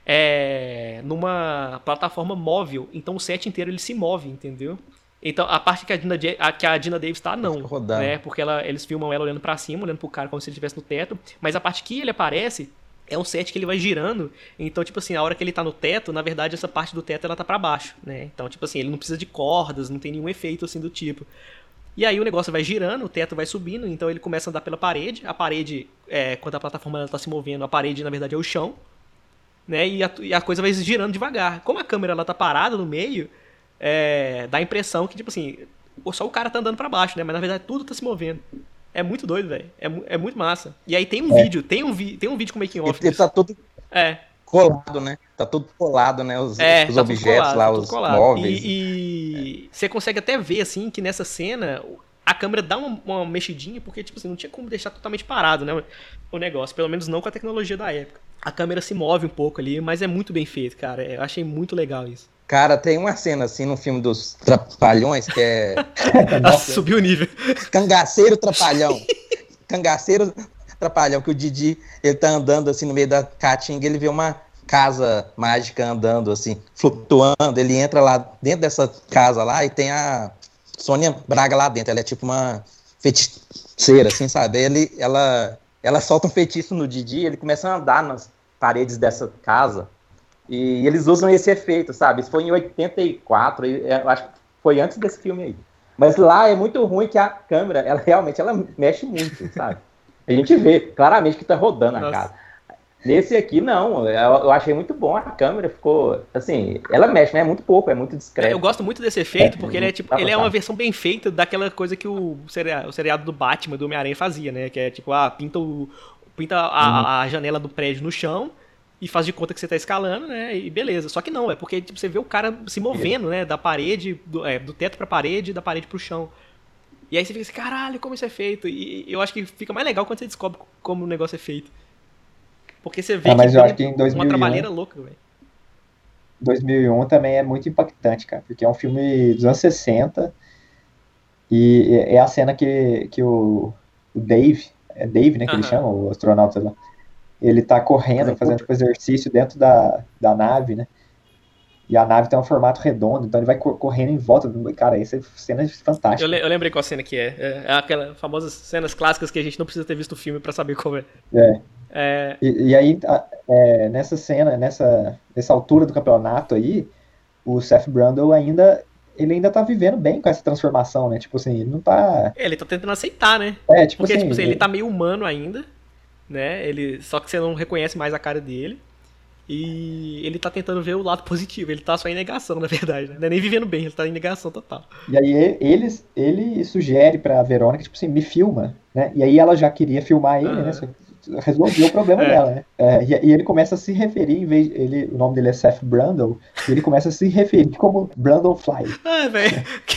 numa plataforma móvel. Então o set inteiro ele se move, entendeu? Então a parte que a Dina Davis tá, não. Fica rodando. Né? Porque eles filmam ela olhando pra cima, olhando pro cara como se ele estivesse no teto. Mas a parte que ele aparece. É um set que ele vai girando, então, tipo assim, a hora que ele tá no teto, na verdade, essa parte do teto, ela tá pra baixo, né? Então, tipo assim, ele não precisa de cordas, não tem nenhum efeito, assim, do tipo. E aí o negócio vai girando, o teto vai subindo, então ele começa a andar pela parede. A parede, quando a plataforma ela tá se movendo, a parede, na verdade, é o chão, né? E a coisa vai girando devagar. Como a câmera, ela tá parada no meio, dá a impressão que, tipo assim, só o cara tá andando pra baixo, né? Mas, na verdade, tudo tá se movendo. É muito doido, velho. É muito massa. E aí tem um vídeo, tem um vídeo com making off Ele disso. tá todo É, colado, né? Tá tudo colado, né? Os tá tudo objetos colado, lá, tá tudo os colado. móveis. E você consegue até ver, assim, que nessa cena a câmera dá uma mexidinha, porque, tipo assim, não tinha como deixar totalmente parado, né? O negócio, pelo menos não com a tecnologia da época. A câmera se move um pouco ali, mas é muito bem feito, cara. Eu achei muito legal isso. Cara, tem uma cena assim no filme dos Trapalhões que é Nossa, subiu o nível. Cangaceiro Trapalhão. Cangaceiro Trapalhão, que o Didi, ele tá andando assim no meio da caatinga, ele vê uma casa mágica andando assim, flutuando, ele entra lá dentro dessa casa lá e tem a Sônia Braga lá dentro, ela é tipo uma feiticeira, assim, sabe? Ela solta um feitiço no Didi, ele começa a andar nas paredes dessa casa e eles usam esse efeito, sabe? Isso foi em 84, eu acho que foi antes desse filme aí. Mas lá é muito ruim que a câmera, ela realmente mexe muito, sabe? A gente vê claramente que tá rodando a casa. Nesse aqui, não. Eu achei muito bom. A câmera ficou, assim, ela mexe, né? É muito pouco, é muito discreto. Eu gosto muito desse efeito, porque ele é tipo, ele é uma versão bem feita daquela coisa que o seriado do Batman, do Homem-Aranha fazia, né? Que é tipo, pinta a janela do prédio no chão e faz de conta que você tá escalando, né? E beleza. Só que não, é porque tipo, você vê o cara se movendo, né? Da parede, do teto pra parede, da parede pro chão. E aí você fica assim, caralho, como isso é feito? E eu acho que fica mais legal quando você descobre como o negócio é feito. Porque você vê mas eu acho que em 2001, uma trabalheira louca, velho. 2001 também é muito impactante, cara, porque é um filme dos anos 60 e é a cena que o Dave, é Dave, né, que ele chama, o astronauta lá, ele tá correndo, fazendo tipo, exercício dentro da nave, né, e a nave tem um formato redondo, então ele vai correndo em volta, cara, essa cena é fantástica. Eu lembrei qual cena que é aquelas famosas cenas clássicas que a gente não precisa ter visto o filme pra saber como é. E aí, nessa cena, nessa altura do campeonato aí, o Seth Brundle ele ainda tá vivendo bem com essa transformação, né? Tipo assim, ele não tá... ele tá tentando aceitar, né? Porque, assim, ele tá meio humano ainda, né? Só que você não reconhece mais a cara dele. E ele tá tentando ver o lado positivo. Ele tá só em negação, na verdade, né? Não é nem vivendo bem, ele tá em negação total. E aí ele sugere pra Verônica, tipo assim, me filma, né? E aí ela já queria filmar ele, né? Resolveu o problema dela, né? E ele começa a se referir, o nome dele é Seth Brundle, e ele começa a se referir como Brundle Fly. Velho,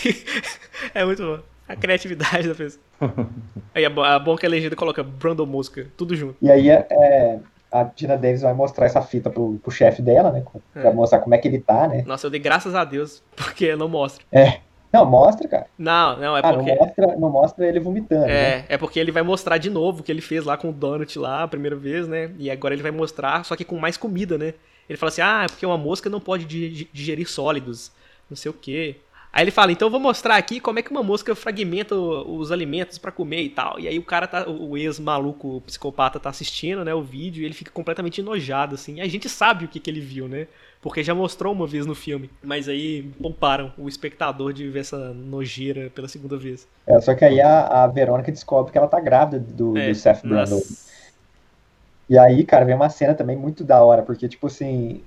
é muito bom. A criatividade da pessoa. Aí é bom que a legenda coloca Brundle Música, tudo junto. E aí a Geena Davis vai mostrar essa fita pro chefe dela, né? Pra mostrar como é que ele tá, né? Nossa, eu dei graças a Deus, porque não mostra. Não, mostra, cara. Não, é porque... Não mostra ele vomitando, né? É porque ele vai mostrar de novo o que ele fez lá com o Donut lá, a primeira vez, né? E agora ele vai mostrar, só que com mais comida, né? Ele fala assim, é porque uma mosca não pode digerir sólidos, não sei o quê. Aí ele fala, então eu vou mostrar aqui como é que uma mosca fragmenta os alimentos pra comer e tal. E aí o ex-maluco, o psicopata, tá assistindo, né, o vídeo e ele fica completamente enojado, assim. E a gente sabe o que ele viu, né? Porque já mostrou uma vez no filme. Mas aí pouparam o espectador de ver essa nojeira pela segunda vez. Só que aí a Verônica descobre que ela tá grávida do Seth Brundle. E aí, cara, vem uma cena também muito da hora, porque, tipo assim,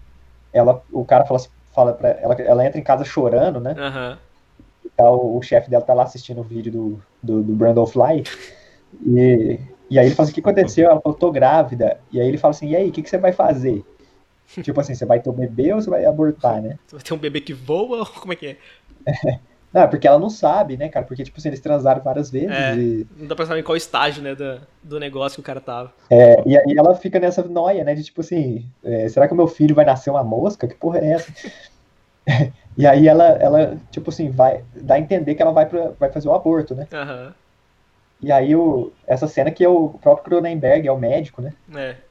o cara fala pra ela entra em casa chorando, né? E tá, o chefe dela tá lá assistindo o vídeo do Brundle Fly. E aí ele fala assim, o que aconteceu? Ela falou, tô grávida. E aí ele fala assim, e aí, o que você vai fazer? Tipo assim, você vai ter um bebê ou você vai abortar, né? Você vai ter um bebê que voa ou como é que é? Não, porque ela não sabe, né, cara? Porque, tipo assim, eles transaram várias vezes não dá pra saber em qual estágio, né, do negócio que o cara tava. E aí ela fica nessa noia, né, de tipo assim, será que o meu filho vai nascer uma mosca? Que porra é essa? E aí ela tipo assim, vai dar a entender que ela vai fazer o aborto, né? E aí essa cena que é o próprio Cronenberg, é o médico, né?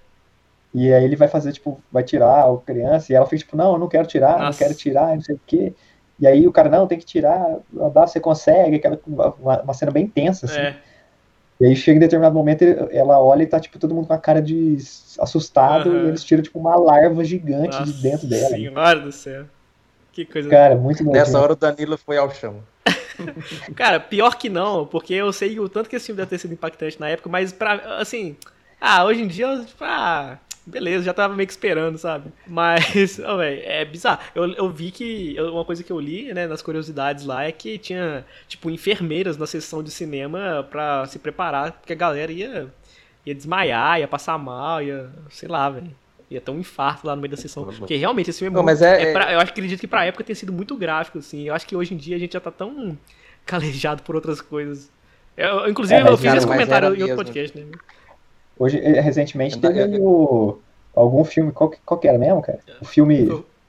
E aí ele vai fazer, tipo, vai tirar a criança, e ela fica tipo, não, eu não quero tirar, não quero tirar, não sei o quê. E aí o cara, não, tem que tirar, você consegue, uma cena bem tensa, assim. E aí chega em determinado momento, ela olha e tá, tipo, todo mundo com a cara de assustado, e eles tiram, tipo, uma larva gigante de dentro dela. Senhora do céu. Que coisa... Cara, muito nojento. Nessa hora o Danilo foi ao chão. Cara, pior que não, porque eu sei o tanto que esse filme deve ter sido impactante na época, mas assim, hoje em dia, beleza, já tava meio que esperando, sabe? Mas, velho, é bizarro. Eu vi que, uma coisa que eu li, né, nas curiosidades lá, é que tinha, tipo, enfermeiras na sessão de cinema pra se preparar, porque a galera ia desmaiar, ia passar mal, sei lá, velho. Ia ter um infarto lá no meio da sessão. Porque realmente esse filme é muito... eu acredito que pra época tenha sido muito gráfico, assim. Eu acho que hoje em dia a gente já tá tão calejado por outras coisas. Inclusive, eu fiz esse comentário em outro podcast, né? Hoje, recentemente, teve algum filme... Qual que era mesmo, cara? O filme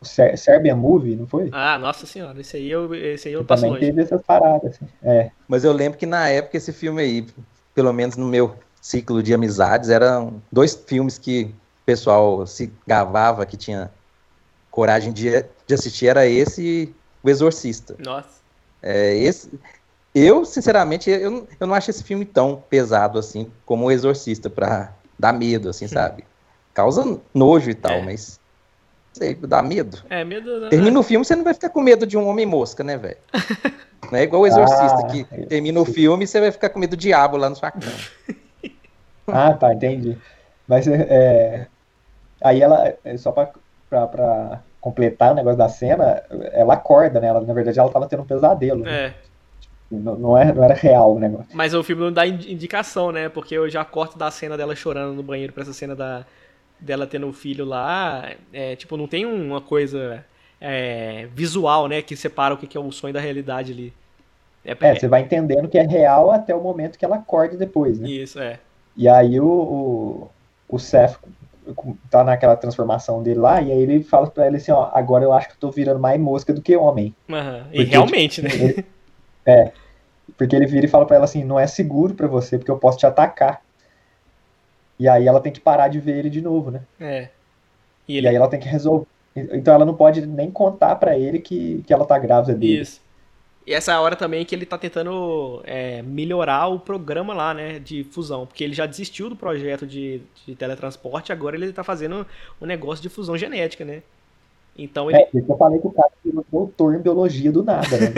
Serbian Movie, não foi? Ah, nossa senhora, esse aí eu Que passo também longe. teve essas paradas, assim. Mas eu lembro que na época esse filme aí, pelo menos no meu ciclo de amizades, eram 2 filmes que o pessoal se gavava, que tinha coragem de assistir, era esse e O Exorcista. Nossa. Eu, sinceramente, eu não acho esse filme tão pesado assim como O Exorcista, pra dar medo, assim, sabe? Causa nojo e tal, mas sei, dá medo. Medo. Termina o filme, você não vai ficar com medo de um homem-mosca, né, velho? Não é igual o Exorcista, que termina o filme e você vai ficar com medo do diabo lá no sua cama. Tá, entendi. Mas aí ela, só pra completar o negócio da cena, ela acorda, né? Na verdade, ela tava tendo um pesadelo, né? Não era real o negócio. Mas o filme não dá indicação, né? Porque eu já corto da cena dela chorando no banheiro pra essa cena dela tendo o filho lá. Tipo, não tem uma coisa visual, né? Que separa o que é o sonho da realidade ali. Você vai entendendo que é real até o momento que ela acorda depois, né? Isso, E aí o Seth tá naquela transformação dele lá, e aí ele fala pra ele assim, ó, agora eu acho que eu tô virando mais mosca do que homem. Uhum. E realmente, tipo, né? Porque ele vira e fala pra ela assim, não é seguro pra você, porque eu posso te atacar. E aí ela tem que parar de ver ele de novo, né? E aí ela tem que resolver. Então ela não pode nem contar pra ele que ela tá grávida dele. Isso. E essa é a hora também que ele tá tentando melhorar o programa lá, né, de fusão. Porque ele já desistiu do projeto de teletransporte, agora ele tá fazendo um negócio de fusão genética, né? Então ele... Por isso eu falei que o cara virou doutor em biologia do nada, né?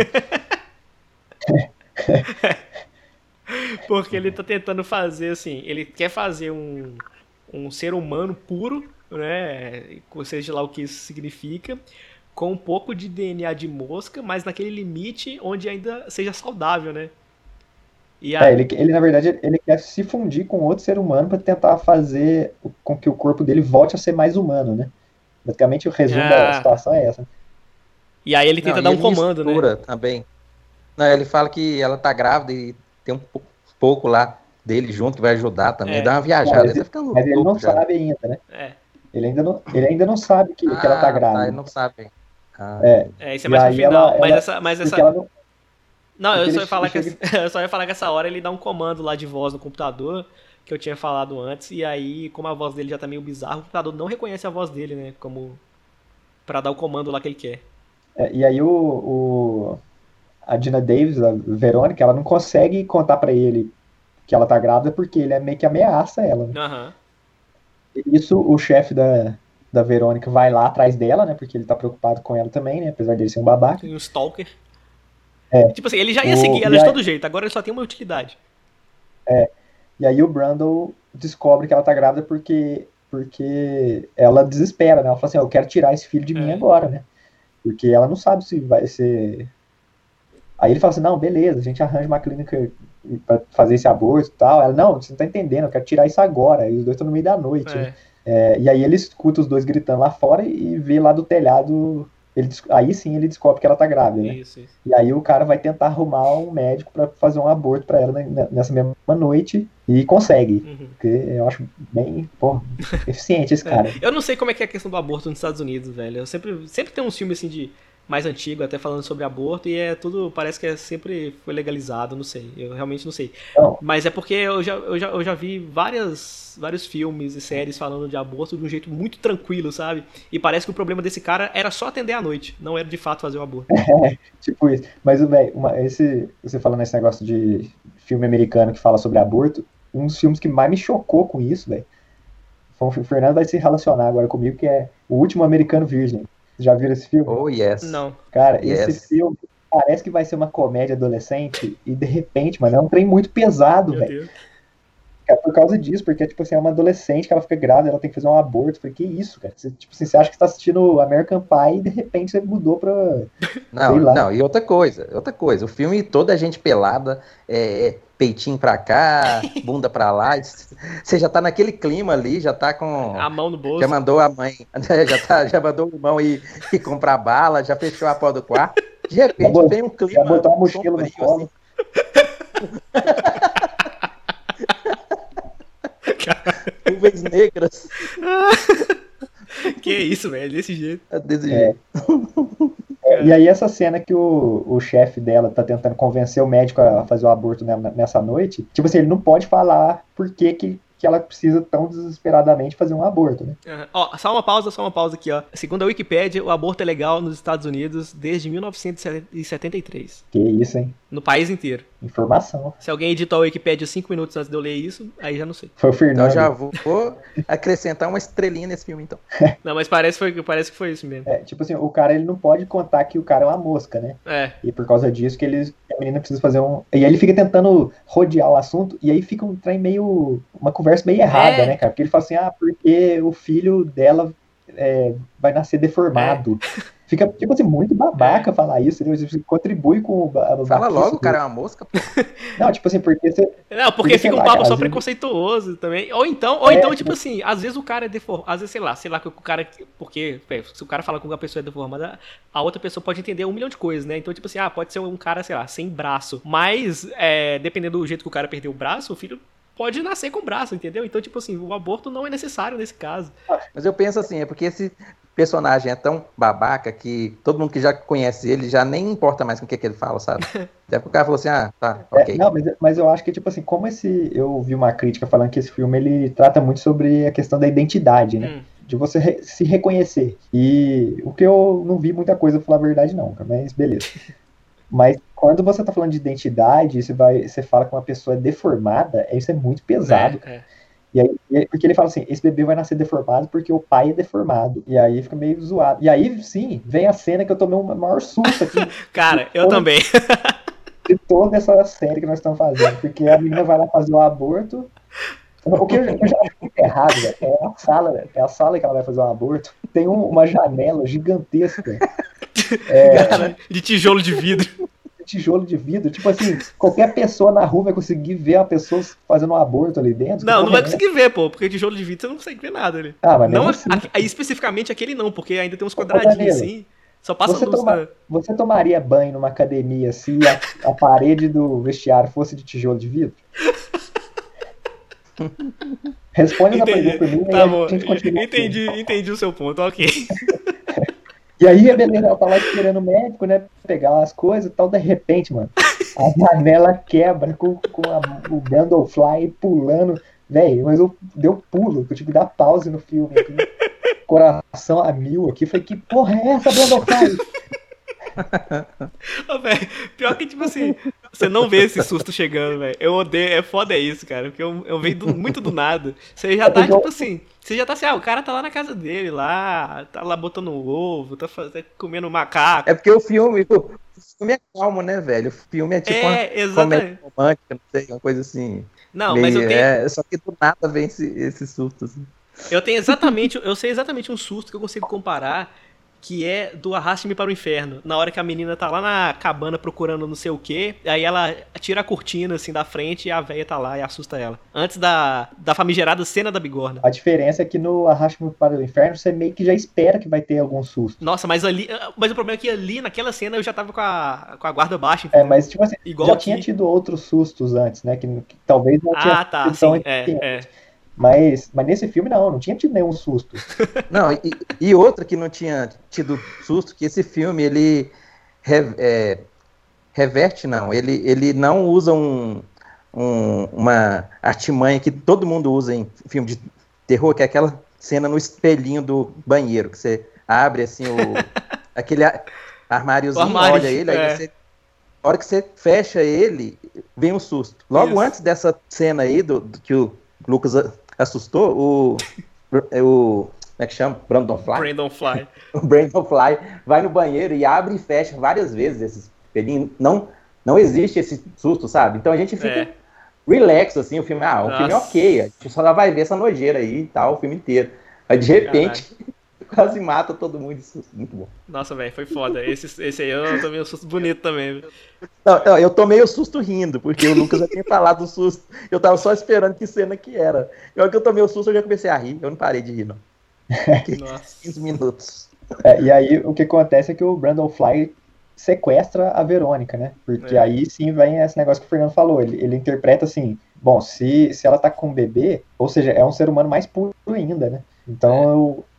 Porque ele tá tentando fazer, assim, ele quer fazer um ser humano puro, né, seja lá o que isso significa, com um pouco de DNA de mosca, mas naquele limite onde ainda seja saudável, né? E ele, na verdade, ele quer se fundir com outro ser humano para tentar fazer com que o corpo dele volte a ser mais humano, né? Basicamente, o resumo da situação é essa. E aí ele tenta dar um comando, né? Também. Não, ele fala que ela tá grávida e tem um pouco lá dele junto que vai ajudar também. Dá uma viajada. Mas ele não sabe ainda, né? Ele ainda não sabe que ela tá grávida. Ele não sabe. Isso é mais pro final. Mas essa... Não, eu só ia falar que essa hora ele dá um comando lá de voz no computador, que eu tinha falado antes, e aí, como a voz dele já tá meio bizarra, o computador não reconhece a voz dele, né? Como pra dar o comando lá que ele quer. E aí a Gina Davis, a Verônica, ela não consegue contar pra ele que ela tá grávida porque ele meio que ameaça ela, né? Uhum. Isso, o chefe da Verônica vai lá atrás dela, né? Porque ele tá preocupado com ela também, né? Apesar dele ser um babaca. Tem um stalker. Tipo assim, ele já ia seguir ela de todo jeito, agora ele só tem uma utilidade. E aí o Brundle descobre que ela tá grávida porque ela desespera, né? Ela fala assim, eu quero tirar esse filho de mim agora, né? Porque ela não sabe se vai ser... Aí ele fala assim, não, beleza, a gente arranja uma clínica pra fazer esse aborto e tal. Ela, não, você não tá entendendo, eu quero tirar isso agora. E os dois estão no meio da noite, né? E aí ele escuta os dois gritando lá fora e vê lá do telhado... Aí sim ele descobre que ela tá grávida, né? Isso. E aí o cara vai tentar arrumar um médico pra fazer um aborto pra ela nessa mesma noite e consegue. Uhum. Porque eu acho bem, eficiente esse cara. Eu não sei como é que é a questão do aborto nos Estados Unidos, velho. Eu sempre tem um filme assim de mais antigo, até falando sobre aborto, e tudo, parece que sempre foi legalizado, não sei. Eu realmente não sei. Não. Mas é porque eu já vi vários filmes e séries falando de aborto de um jeito muito tranquilo, sabe? E parece que o problema desse cara era só atender à noite, não era de fato fazer o aborto. Tipo isso. Mas, velho, você falando nesse negócio de filme americano que fala sobre aborto, um dos filmes que mais me chocou com isso, velho, o Fernando vai se relacionar agora comigo, que é O Último Americano Virgem. Já viram esse filme? Oh, yes. Não. Cara, esse filme parece que vai ser uma comédia adolescente e de repente, mano, é um trem muito pesado, velho. É por causa disso, porque, tipo assim, é uma adolescente que ela fica grávida, ela tem que fazer um aborto. Eu falei, que isso, cara? Você, tipo assim, você acha que você tá assistindo American Pie e de repente você mudou pra... Não, e outra coisa. O filme toda a gente pelada, peitinho pra cá, bunda pra lá. Você já tá naquele clima ali, já tá com... A mão no bolso. Já mandou a mãe, já mandou o irmão ir comprar bala, já fechou a porta do quarto. De repente vem um clima... Já botou uma mochila no colo. Nuvens negras. Que isso, velho, desse jeito. É desse jeito. E aí essa cena que o chefe dela tá tentando convencer o médico a fazer o aborto nessa noite, tipo assim, ele não pode falar por que ela precisa tão desesperadamente fazer um aborto, né? Uhum. Ó, só uma pausa aqui, ó. Segundo a Wikipédia, o aborto é legal nos Estados Unidos desde 1973. Que isso, hein? No país inteiro. Informação. Se alguém editou a Wikipédia 5 minutos antes de eu ler isso, aí já não sei. Foi o Então Fernando. já vou acrescentar uma estrelinha nesse filme, então. Não, mas parece que foi isso mesmo. Tipo assim, o cara ele não pode contar que o cara é uma mosca, né? E por causa disso que a menina precisa fazer um... E aí ele fica tentando rodear o assunto, e aí fica um trem meio... Uma conversa meio errada, né, cara? Porque ele fala assim, porque o filho dela vai nascer deformado. Fica, tipo assim, muito babaca falar isso, entendeu? Você contribui com o Fala logo, o cara é uma mosca, pô. Não, tipo assim, porque você... Não, porque fica um papo só preconceituoso também. Ou então, tipo assim, às vezes o cara é deformado. Às vezes, sei lá, que o cara... Porque, se o cara fala com uma pessoa é deformada, a outra pessoa pode entender 1 milhão de coisas, né? Então, tipo assim, pode ser um cara, sei lá, sem braço. Mas, dependendo do jeito que o cara perdeu o braço, o filho pode nascer com o braço, entendeu? Então, tipo assim, o aborto não é necessário nesse caso. Mas eu penso assim, é porque esse personagem é tão babaca que todo mundo que já conhece ele já nem importa mais com o que ele fala, sabe? Até porque o cara falou assim, tá, ok. Não, mas eu acho que, tipo assim, como eu vi uma crítica falando que esse filme, ele trata muito sobre a questão da identidade, né? De você se reconhecer. E o que eu não vi muita coisa, pra falar a verdade, não, mas beleza. Mas quando você tá falando de identidade, você fala que uma pessoa é deformada, isso é muito pesado. E aí, porque ele fala assim, esse bebê vai nascer deformado porque o pai é deformado. E aí fica meio zoado. E aí, sim, vem a cena que eu tomei um maior susto aqui. Cara, eu também. De toda essa série que nós estamos fazendo. Porque a menina vai lá fazer o aborto. O que eu já acho muito errado, velho, é a sala que ela vai fazer um aborto. Tem uma janela gigantesca. De tijolo de vidro. Tijolo de vidro, tipo assim, qualquer pessoa na rua vai conseguir ver a pessoa fazendo um aborto ali dentro. Não vai conseguir ver, pô, porque tijolo de vidro você não consegue ver nada ali. Mas não, assim, aí especificamente aquele não, porque ainda tem uns quadradinhos assim, só passa luz. Você tomaria banho numa academia se a parede do vestiário fosse de tijolo de vidro? Responde essa pergunta pra mim, tá bom. A gente continua. Entendi o seu ponto, ok. E aí a beleza, ela tá lá esperando o médico, né, pegar as coisas e tal, de repente, mano, a janela quebra com o Brundlefly pulando, velho, mas deu pulo, eu tive que dar pause no filme aqui, coração a mil aqui, falei, que porra é essa, Brundlefly? Véio, pior que, tipo assim, você não vê esse susto chegando, velho. Eu odeio, foda isso, cara, porque eu venho muito do nada. Você já tá, tipo assim, o cara tá lá na casa dele, tá lá botando ovo, tá comendo macaco. É porque o filme é calmo, né, velho? O filme é tipo uma comédia romântica, não sei, uma coisa assim. Não, mas eu tenho... só que do nada vem esse susto, assim. Eu sei exatamente um susto que eu consigo comparar, que é do Arraste-me para o Inferno. Na hora que a menina tá lá na cabana procurando não sei o que, aí ela tira a cortina assim da frente e a véia tá lá e assusta ela. Antes da famigerada cena da bigorna. A diferença é que no Arraste-me para o Inferno você meio que já espera que vai ter algum susto. Nossa, mas o problema é que ali, naquela cena, eu já tava com a guarda baixa. Mas tipo assim, igual já tinha tido outros sustos antes, né? Que talvez não tinha sido tão Mas nesse filme não tinha tido nenhum susto. Não, e outra que não tinha tido susto, que esse filme, ele reverte, não. Ele não usa uma artimanha que todo mundo usa em filme de terror, que é aquela cena no espelhinho do banheiro, que você abre assim aquele armáriozinho, olha ele, aí você... A hora que você fecha ele, vem um susto. Logo antes dessa cena aí, que o Lucas assustou, como é que chama? Brundlefly. O Brundlefly vai no banheiro e abre e fecha várias vezes esse espelhinho. Não existe esse susto, sabe? Então a gente fica relax, assim, o filme é ok, a gente só vai ver essa nojeira aí e tal, o filme inteiro. Aí de repente... Quase mata todo mundo de susto. Muito bom. Nossa, velho, foi foda. Esse aí eu tomei um susto bonito também. Não, eu tomei o susto rindo, porque o Lucas já tinha falado do susto. Eu tava só esperando que cena que era. E a hora que eu tomei o susto, eu já comecei a rir. Eu não parei de rir, não. Nossa. 15 minutos. E aí, o que acontece é que o Brundlefly sequestra a Verônica, né? Porque aí sim vem esse negócio que o Fernando falou. Ele interpreta assim, bom, se ela tá com um bebê, ou seja, é um ser humano mais puro ainda, né? Então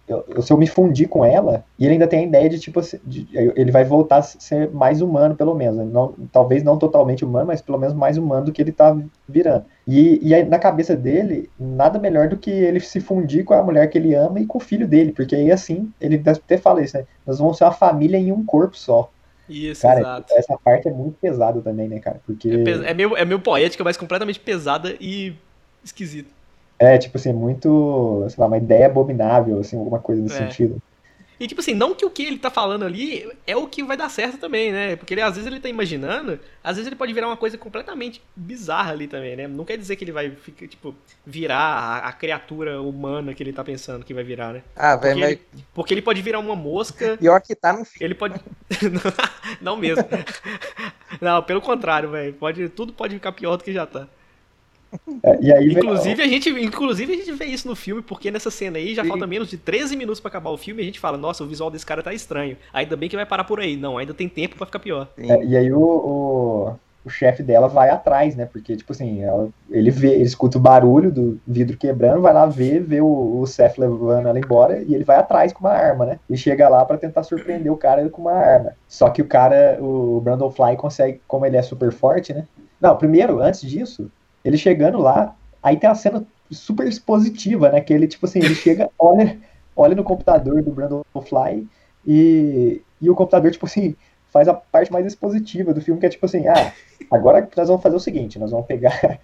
se eu me fundir com ela, e ele ainda tem a ideia de, tipo, ele vai voltar a ser mais humano, pelo menos, né? Não, talvez não totalmente humano, mas pelo menos mais humano do que ele tá virando. E aí, na cabeça dele, nada melhor do que ele se fundir com a mulher que ele ama e com o filho dele, porque aí, assim, ele até fala isso, né? Nós vamos ser uma família em um corpo só. Isso, Cara, exato. essa parte é muito pesada também, né, cara? Porque É meio poética, mas completamente pesada e esquisita. tipo assim, muito, sei lá, uma ideia abominável, assim, alguma coisa nesse É. sentido. E tipo assim, não que o que ele tá falando ali é o que vai dar certo também, né? Porque às vezes ele tá imaginando, às vezes ele pode virar uma coisa completamente bizarra ali também, né? Não quer dizer que ele vai tipo, virar a criatura humana que ele tá pensando que vai virar, né? Ah, velho, mas Porque ele pode virar uma mosca, pior que tá no filme. ele pode. Não mesmo. Não, pelo contrário, velho. Tudo pode ficar pior do que já tá. E aí Inclusive a gente vê isso no filme, porque nessa cena aí já falta menos de 13 minutos pra acabar o filme e a gente fala, nossa, o visual desse cara tá estranho. Ainda bem que vai parar por aí. Não, ainda tem tempo pra ficar pior. e aí o chefe dela vai atrás, né? Porque, tipo assim, ele escuta o barulho do vidro quebrando, vai lá vê o Seth levando ela embora e ele vai atrás com uma arma, né? E chega lá pra tentar surpreender o cara com uma arma. Só que o Brandon Fly consegue, como ele é super forte, né? Não, primeiro, antes disso, ele chegando lá, aí tem uma cena super expositiva, né? Que ele, tipo assim, ele chega, olha no computador do Brandon Fly e o computador, tipo assim, faz a parte mais expositiva do filme, que é tipo assim, agora nós vamos fazer o seguinte, nós vamos pegar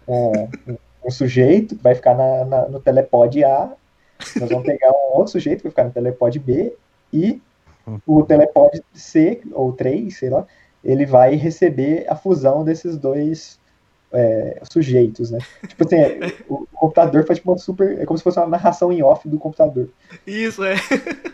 um sujeito que vai ficar no telepod A, nós vamos pegar um outro sujeito que vai ficar no telepod B e o telepod C, ou 3, sei lá, ele vai receber a fusão desses dois sujeitos, né? Tipo assim, o computador faz tipo é como se fosse uma narração em off do computador. Isso, é.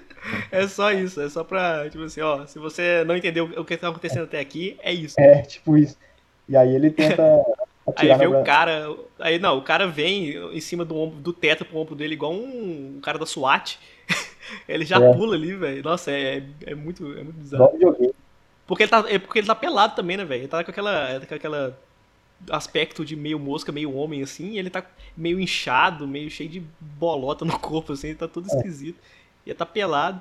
É só isso, é só pra, tipo assim, ó, se você não entendeu o que tá acontecendo até aqui, é isso. Tipo isso. E aí ele tenta Aí atirar vê na... o cara. Aí não, o cara vem em cima do teto pro ombro dele, igual um cara da SWAT. Ele já pula ali, velho. Nossa, é muito bizarro. Porque ele tá pelado também, né, velho? Ele tá com aquela aspecto de meio mosca, meio homem, assim, e ele tá meio inchado, meio cheio de bolota no corpo, assim, ele tá todo esquisito. E ele tá pelado.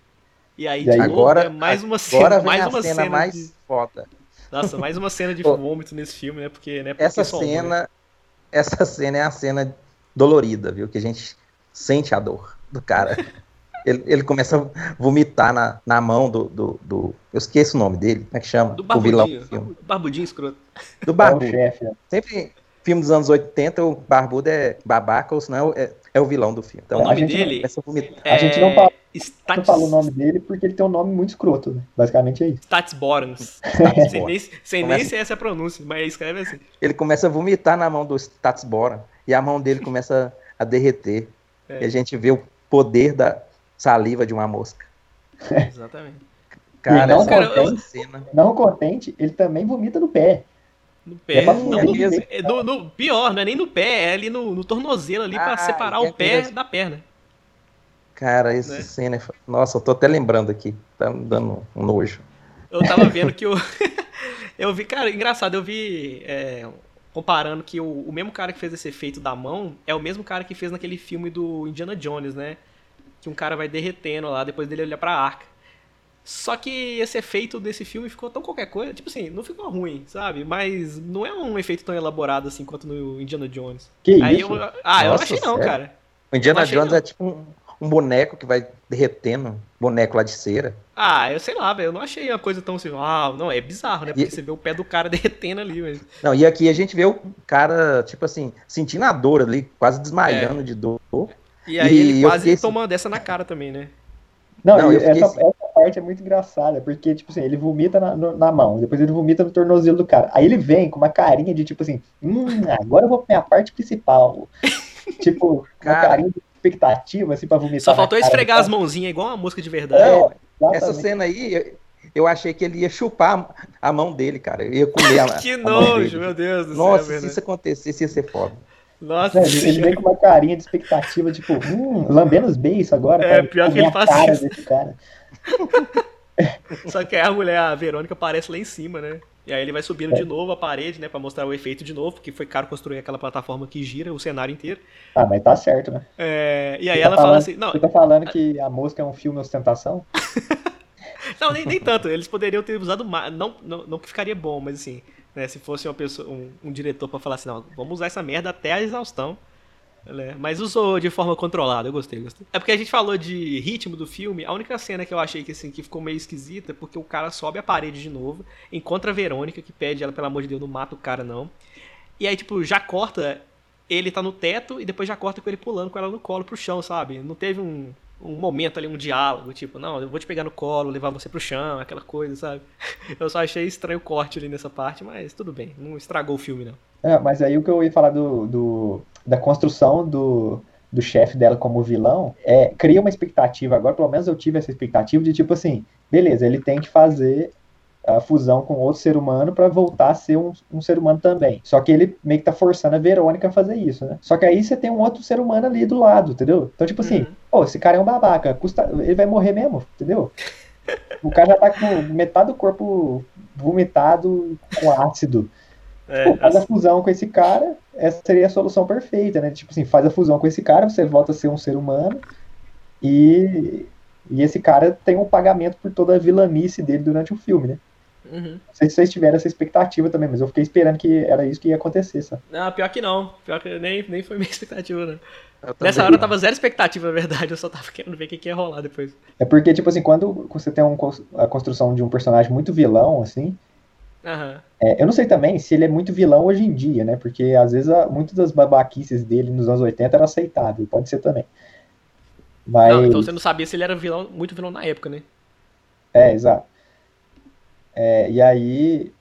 E aí, de novo, agora, mais uma cena. Agora vem mais a uma cena mais de... foda. Nossa, mais uma cena de vômito nesse filme, né? Porque, né? Porque essa cena é a cena dolorida, viu? Que a gente sente a dor do cara. Ele começa a vomitar na mão do. Eu esqueço o nome dele, como é que chama? Do o vilão Barbudinho. do filme. Barbudinho escroto. Do Barbudo. É o chefe, né? Sempre, filme dos anos 80, o Barbudo é babaca, ou senão é o vilão do filme. Então, O nome dele a gente não fala o nome Stats... dele porque ele tem um nome muito escroto, né? Basicamente é isso. Statsborans. Sem nem se essa é a pronúncia, mas escreve assim. Ele começa a vomitar na mão do Statsboran e a mão dele começa a derreter. E a gente vê o poder da saliva de uma mosca. Exatamente. Cara, não contente, ele também vomita no pé. No pé, não, pior, não é nem no pé, é ali no tornozelo ali pra separar o pé da perna. Cara, essa cena, nossa, eu tô até lembrando aqui, tá me dando um nojo. Eu tava vendo que eu vi, cara, engraçado, eu vi comparando que o mesmo cara que fez esse efeito da mão é o mesmo cara que fez naquele filme do Indiana Jones, né? Que um cara vai derretendo lá, depois dele olhar pra arca. Só que esse efeito desse filme ficou tão qualquer coisa, tipo assim, não ficou ruim, sabe? Mas não é um efeito tão elaborado assim quanto no Indiana Jones. Que aí isso? Eu não achei não, sério? cara. O Indiana Jones é tipo um boneco que vai derretendo, boneco lá de cera. Eu sei lá, velho, eu não achei uma coisa tão assim, não, é bizarro, né? Porque você vê o pé do cara derretendo ali, mas... Não, e aqui a gente vê o cara, tipo assim, sentindo a dor ali, quase desmaiando de dor. E aí ele quase toma dessa na cara também, né? Não, essa parte é muito engraçada, porque, tipo assim, ele vomita na mão, depois ele vomita no tornozelo do cara. Aí ele vem com uma carinha de, tipo assim, agora eu vou pra minha parte principal. Tipo, uma carinha de expectativa, assim, pra vomitar. Só faltou esfregar as mãozinhas, igual uma mosca de verdade. Essa cena aí, eu achei que ele ia chupar a mão dele, cara. Eu ia comer que nojo, meu Deus do céu. Nossa, se isso acontecesse, ia ser foda. Nossa, ele vem com uma carinha de expectativa, tipo, lambendo os beiços agora. Pior que ele faz isso. Desse cara. Só que aí a mulher, a Verônica, aparece lá em cima, né? E aí ele vai subindo de novo a parede, né, pra mostrar o efeito de novo, porque foi caro construir aquela plataforma que gira o cenário inteiro. Ah, mas tá certo, né? E aí ela fala assim, não, Você tá falando que a mosca é um filme ostentação? não nem tanto, eles poderiam ter usado mais, não que ficaria bom, mas assim, né, se fosse uma pessoa, um diretor pra falar assim, não, vamos usar essa merda até a exaustão, né? Mas usou de forma controlada, eu gostei. É porque a gente falou de ritmo do filme, a única cena que eu achei que, assim, que ficou meio esquisita é porque o cara sobe a parede de novo, encontra a Verônica, que pede ela, pelo amor de Deus, não mata o cara não, e aí, tipo, já corta, ele tá no teto e depois já corta com ele pulando com ela no colo pro chão, sabe? Não teve um momento ali, um diálogo, tipo, não, eu vou te pegar no colo, levar você pro chão, aquela coisa, sabe? Eu só achei estranho o corte ali nessa parte, mas tudo bem, não estragou o filme, não. Mas aí o que eu ia falar da construção do chefe dela como vilão cria uma expectativa. Agora, pelo menos eu tive essa expectativa de tipo assim, beleza, ele tem que fazer a fusão com outro ser humano para voltar a ser um ser humano também. Só que ele meio que tá forçando a Verônica a fazer isso, né? Só que aí você tem um outro ser humano ali do lado, entendeu? Então, tipo assim, pô, esse cara é um babaca, ele vai morrer mesmo, entendeu? O cara já tá com metade do corpo vomitado com ácido. Pô, faz a fusão com esse cara, essa seria a solução perfeita, né? Tipo assim, faz a fusão com esse cara, você volta a ser um ser humano e esse cara tem um pagamento por toda a vilanice dele durante o filme, né? Não sei se vocês tiveram essa expectativa também, mas eu fiquei esperando que era isso que ia acontecer, sabe? Não, pior que não. Pior que nem foi minha expectativa, não. Nessa hora eu tava zero expectativa, na verdade. Eu só tava querendo ver o que ia rolar depois. É porque, tipo assim, quando você tem a construção de um personagem muito vilão, assim, eu não sei também se ele é muito vilão hoje em dia, né? Porque às vezes muitas das babaquices dele nos anos 80 era aceitável, pode ser também. Mas... Não, então você não sabia se ele era vilão, muito vilão na época, né? Exato. E aí,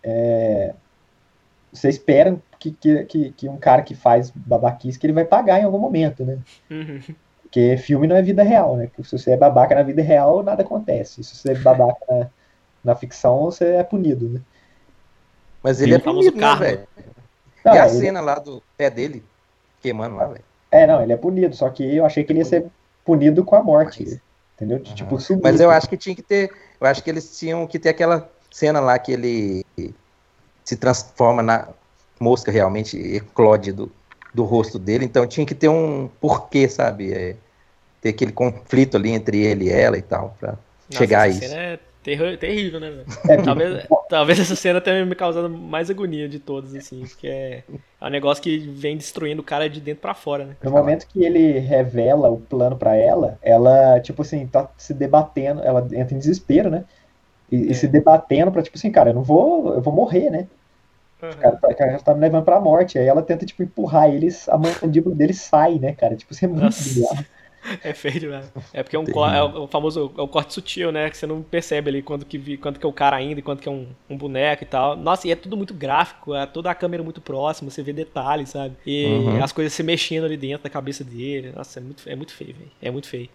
você espera que um cara que faz babaquice, que ele vai pagar em algum momento, né? Porque filme não é vida real, né? Porque se você é babaca na vida real, nada acontece. Se você é babaca na ficção, você é punido, né? Mas ele é punido, né, velho? E a cena lá do pé dele queimando lá, velho? Não, ele é punido, só que eu achei que ele ia ser punido com a morte, entendeu? Tipo, sumir. Mas eu acho que tinha que ter, eu acho que eles tinham que ter aquela cena lá que ele se transforma na mosca realmente, eclode do rosto dele, então tinha que ter um porquê, sabe? Ter aquele conflito ali entre ele e ela e tal, pra chegar a isso. Essa cena é terrível, né, velho? Talvez essa cena tenha me causado mais agonia de todas, assim, porque é um negócio que vem destruindo o cara de dentro pra fora, né? No momento que ele revela o plano pra ela, tipo assim, tá se debatendo, ela entra em desespero, né? E se debatendo pra, tipo assim, cara, eu vou morrer, né? O cara tá me levando pra morte. Aí ela tenta, tipo, empurrar eles, a mandíbula dele sai, né, cara? Tipo, isso é muito bizarro. É feio demais. É porque é o famoso o corte sutil, né? Que você não percebe ali quando que é o cara ainda e quando que é um boneco e tal. Nossa, e é tudo muito gráfico, toda a câmera muito próxima, você vê detalhes, sabe? E as coisas se mexendo ali dentro da cabeça dele. Nossa, é muito feio, velho. É muito feio.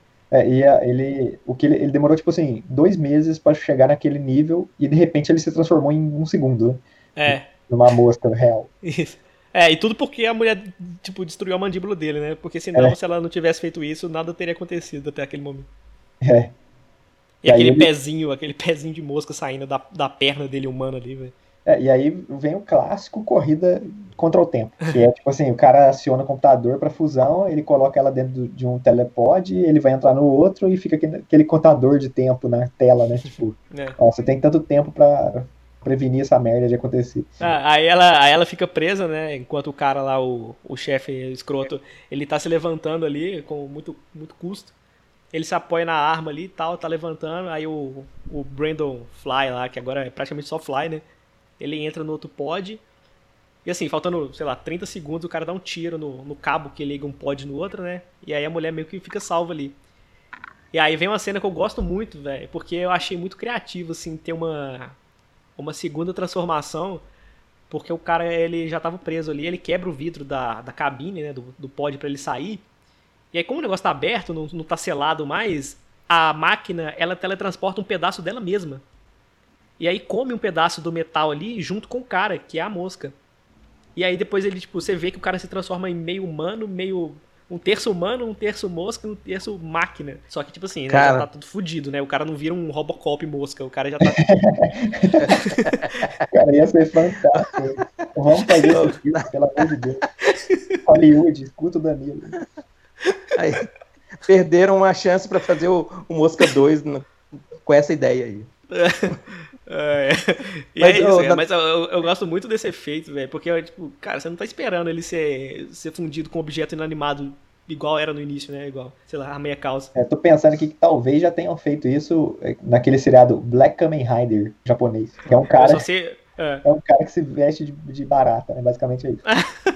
Ele demorou, tipo assim, 2 meses pra chegar naquele nível e de repente ele se transformou em 1 segundo, né? Numa mosca real. Isso. E tudo porque a mulher, tipo, destruiu a mandíbula dele, né? Porque senão, se ela não tivesse feito isso, nada teria acontecido até aquele momento. E aquele pezinho de mosca saindo da perna dele humano ali, velho. E aí vem o clássico corrida contra o tempo. Que é tipo assim, o cara aciona o computador pra fusão, ele coloca ela dentro de um telepod, ele vai entrar no outro e fica aquele contador de tempo na tela, né? Tipo, você tem tanto tempo pra prevenir essa merda de acontecer. Aí ela fica presa, né? Enquanto o cara lá, o chefe escroto, ele tá se levantando ali com muito, muito custo. Ele se apoia na arma ali e tal, tá levantando. Aí o Brandon Fly lá, que agora é praticamente só Fly, né? Ele entra no outro pod. E assim, faltando, sei lá, 30 segundos, o cara dá um tiro no cabo que liga um pod no outro, né? E aí a mulher meio que fica salva ali. E aí vem uma cena que eu gosto muito, velho, porque eu achei muito criativo, assim, ter uma segunda transformação, porque o cara, ele já tava preso ali, ele quebra o vidro da cabine, né, do pod pra ele sair, e aí como o negócio tá aberto, não tá selado mais, a máquina, ela teletransporta um pedaço dela mesma, e aí come um pedaço do metal ali, junto com o cara, que é a mosca, e aí depois ele, tipo, você vê que o cara se transforma em meio humano, meio um terço humano, um terço mosca e um terço máquina. Só que, tipo assim, né, Cara. já tá tudo fudido, né? O cara não vira um Robocop mosca, o cara já tá... Cara, ia ser fantástico. Vamos fazer esse filme, pelo amor de Deus. Hollywood, escuta o Danilo. Aí, perderam uma chance pra fazer o Mosca 2 com essa ideia aí. É. E Mas, é isso, ô, cara. Mas eu gosto muito desse efeito, velho. Porque, tipo, cara, você não tá esperando ele ser fundido com um objeto inanimado igual era no início, né? Igual, sei lá, a meia calça. Tô pensando aqui que talvez já tenham feito isso naquele seriado Black Kamen Rider japonês. Que é um Eu cara, só sei. é um cara que se veste de barata, né? Basicamente é isso.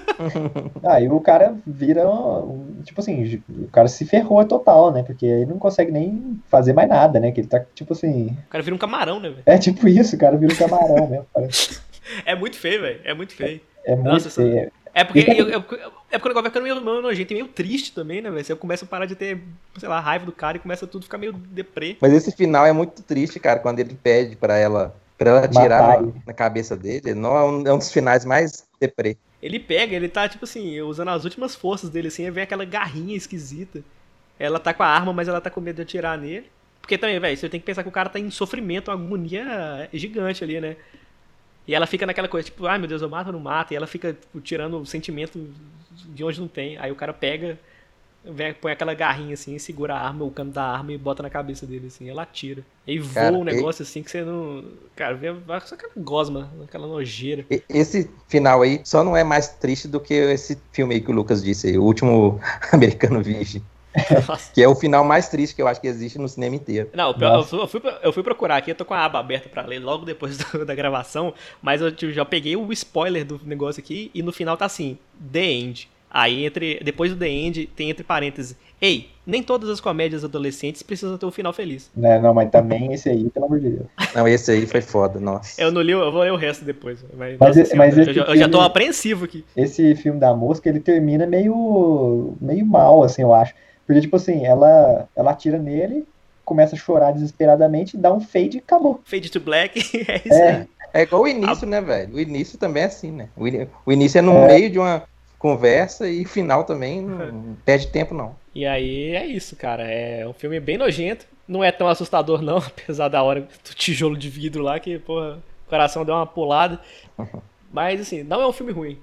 Aí o cara vira, tipo assim, o cara se ferrou total, né? Porque aí não consegue nem fazer mais nada, né? Que ele tá, tipo assim... O cara vira um camarão, né, velho? É tipo isso, o cara vira um camarão mesmo. Parece. É muito feio, velho. É muito feio. É muito Nossa, feio. É porque, Então- é porque o negócio vai ficando meio nojento e meio triste também, né, velho? Você começa a parar de ter, sei lá, raiva do cara e começa tudo a ficar meio deprê. Mas esse final é muito triste, cara, quando ele pede pra ela atirar Matar na cabeça dele. Não é um dos finais mais deprê. Ele pega, ele tá, tipo assim, usando as últimas forças dele, assim, e vem aquela garrinha esquisita. Ela tá com a arma, mas ela tá com medo de atirar nele. Porque também, velho, você tem que pensar que o cara tá em sofrimento, uma agonia gigante ali, né? E ela fica naquela coisa, tipo, ai meu Deus, eu mato ou não mato? E ela fica, tipo, tirando o sentimento de onde não tem. Aí o cara pega, põe aquela garrinha assim, segura a arma, o cano da arma e bota na cabeça dele, assim, e ela atira. E aí voa Cara, um negócio assim que você não. Cara, vai só aquela gosma, aquela nojeira. Esse final aí só não é mais triste do que esse filme aí que o Lucas disse aí, o último Americano Virgem. Nossa. Que é o final mais triste que eu acho que existe no cinema inteiro. Não, eu fui procurar aqui, eu tô com a aba aberta pra ler logo depois da gravação, mas eu já peguei o spoiler do negócio aqui e no final tá assim, The End. Aí depois do The End tem entre parênteses, ei, nem todas as comédias adolescentes precisam ter um final feliz. Né, não, mas também esse aí, pelo amor de Deus. Não, esse aí foi foda, nossa. Eu não li, eu vou ler o resto depois. Mas Mas senhora, esse eu já tô filme- apreensivo aqui. Esse filme da mosca, ele termina meio mal, assim, eu acho. Porque, tipo assim, ela atira nele, começa a chorar desesperadamente, dá um fade e acabou. Fade to Black, é isso aí. É igual o início, né, velho? O início também é assim, né? O início é no meio de uma conversa e o final também não perde tempo, não. E aí é isso, cara. É um filme bem nojento. Não é tão assustador, não, apesar da hora do tijolo de vidro lá, que, porra, o coração deu uma pulada. Mas, assim, não é um filme ruim.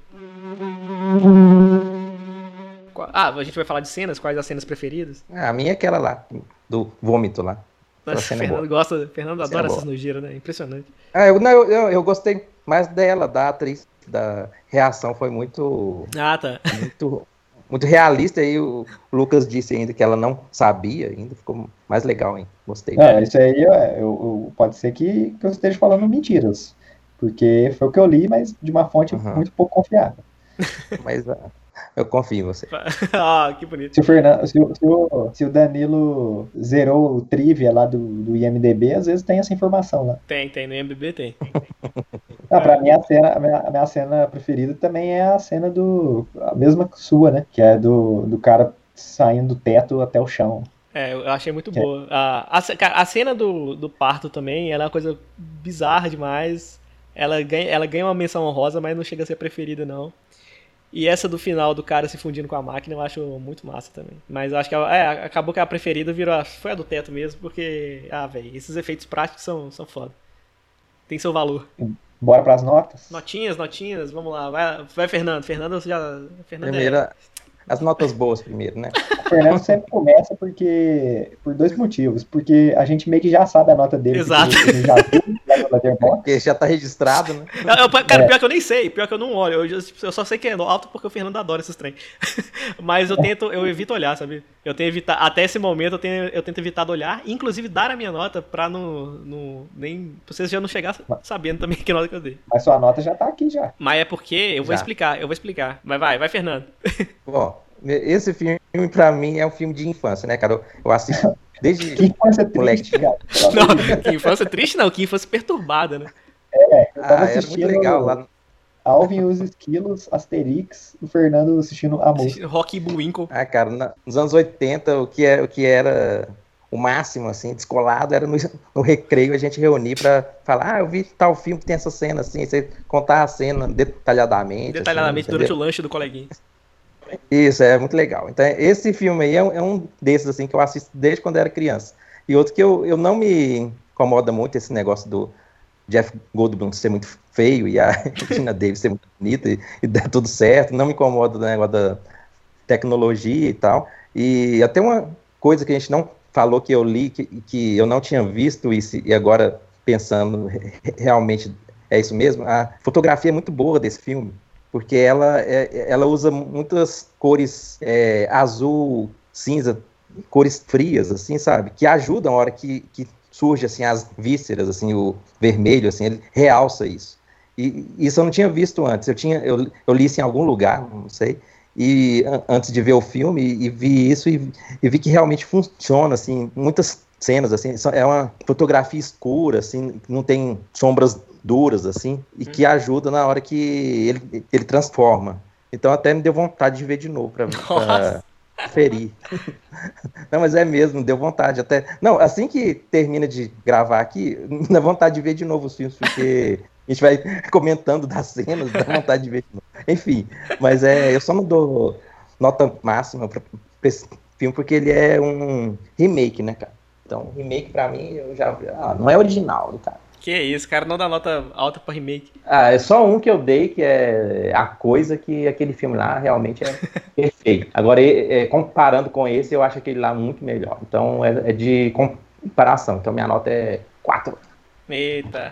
Ah, a gente vai falar de cenas? Quais as cenas preferidas? A minha é aquela lá, do vômito lá. Aquela Nossa, cena é Fernando boa. gosta, Fernando Cena adora boa. essas nojeiras, né? Impressionante. Eu gostei mais dela, da atriz, da reação foi muito, Ah, tá. muito, muito realista. E o Lucas disse ainda que ela não sabia, ainda ficou mais legal, hein? Gostei. Não, isso aí pode ser que eu esteja falando mentiras. Porque foi o que eu li, mas de uma fonte muito pouco confiável. Mas eu confio em você. Ah, que bonito. Se o Danilo zerou o trivia lá do IMDB, às vezes tem essa informação lá. Tem, no IMDb tem. Ah, pra mim, a minha cena preferida também é a cena a mesma sua, né? Que é do cara saindo do teto até o chão. É, eu achei muito boa. A cena do parto também, ela é uma coisa bizarra demais. Ela ganha uma menção honrosa, mas não chega a ser a preferida, não. E essa do final do cara se fundindo com a máquina eu acho muito massa também. Mas eu acho que acabou que a preferida foi a do teto mesmo, porque, velho, esses efeitos práticos são foda. Tem seu valor. Bora pras notas? Notinhas, vamos lá. Vai Fernando. Fernando já. Fernando Primeiro, as notas boas primeiro, né? O Fernando sempre começa por dois motivos. Porque a gente meio que já sabe a nota dele. Exato. Porque a gente já viu lá no Letterboxd. Porque já tá registrado, né? Cara, pior que eu nem sei, pior que eu não olho. Eu só sei que é alto porque o Fernando adora esses trem. Mas eu evito olhar, sabe? Eu tenho evitado, até esse momento eu tento evitar olhar, inclusive dar a minha nota pra nem pra vocês já não chegar sabendo também que nota que eu dei. Mas sua nota já tá aqui já. Mas é porque eu vou explicar. Mas vai Fernando. Bom, esse filme pra mim é um filme de infância, né, cara? Eu assisto desde Que infância moleque. triste, cara. Não, que infância triste não, que infância perturbada, né? Eu tava Era muito assistindo legal lá. Alvin e os Esquilos, Asterix, o Fernando assistindo a música. Rocky Bullwinkle. Cara, nos anos 80, o que era o máximo, assim, descolado, era no recreio a gente reunir pra falar, eu vi tal filme que tem essa cena, assim, você contar a cena detalhadamente. Detalhadamente assim, durante o lanche do coleguinha. Isso, é muito legal. Então, esse filme aí é um desses, assim, que eu assisto desde quando era criança. E outro que eu não me incomoda muito, esse negócio do Jeff Goldblum ser muito feio e a Gina Davis ser muito bonita e dar tudo certo. Não me incomoda o negócio da tecnologia e tal. E até uma coisa que a gente não falou, que eu li, que eu não tinha visto isso, e agora pensando, realmente é isso mesmo. A fotografia é muito boa desse filme, porque ela usa muitas cores, azul, cinza, cores frias, assim, sabe? Que ajudam a hora que surge, assim, as vísceras, assim, o vermelho, assim, ele realça isso. E isso eu não tinha visto antes. Eu li isso em algum lugar, não sei, e antes de ver o filme, e vi isso, e vi que realmente funciona, assim, muitas cenas, assim, é uma fotografia escura, assim, não tem sombras duras, assim, e que ajuda na hora que ele transforma. Então até me deu vontade de ver de novo, pra conferir. Não, mas é mesmo, deu vontade até. Não, assim que termina de gravar aqui, dá vontade de ver de novo os filmes, porque a gente vai comentando das cenas, dá vontade de ver de novo. Enfim, mas eu só não dou nota máxima pra esse filme, porque ele é um remake, né, cara? Então, remake pra mim, eu já. Não é original do cara. Que isso, cara, não dá nota alta pra remake. É só um que eu dei, que é A Coisa, que aquele filme lá realmente é perfeito. Agora, comparando com esse, eu acho aquele lá muito melhor. Então, é de comparação. Então, minha nota é 4. Eita.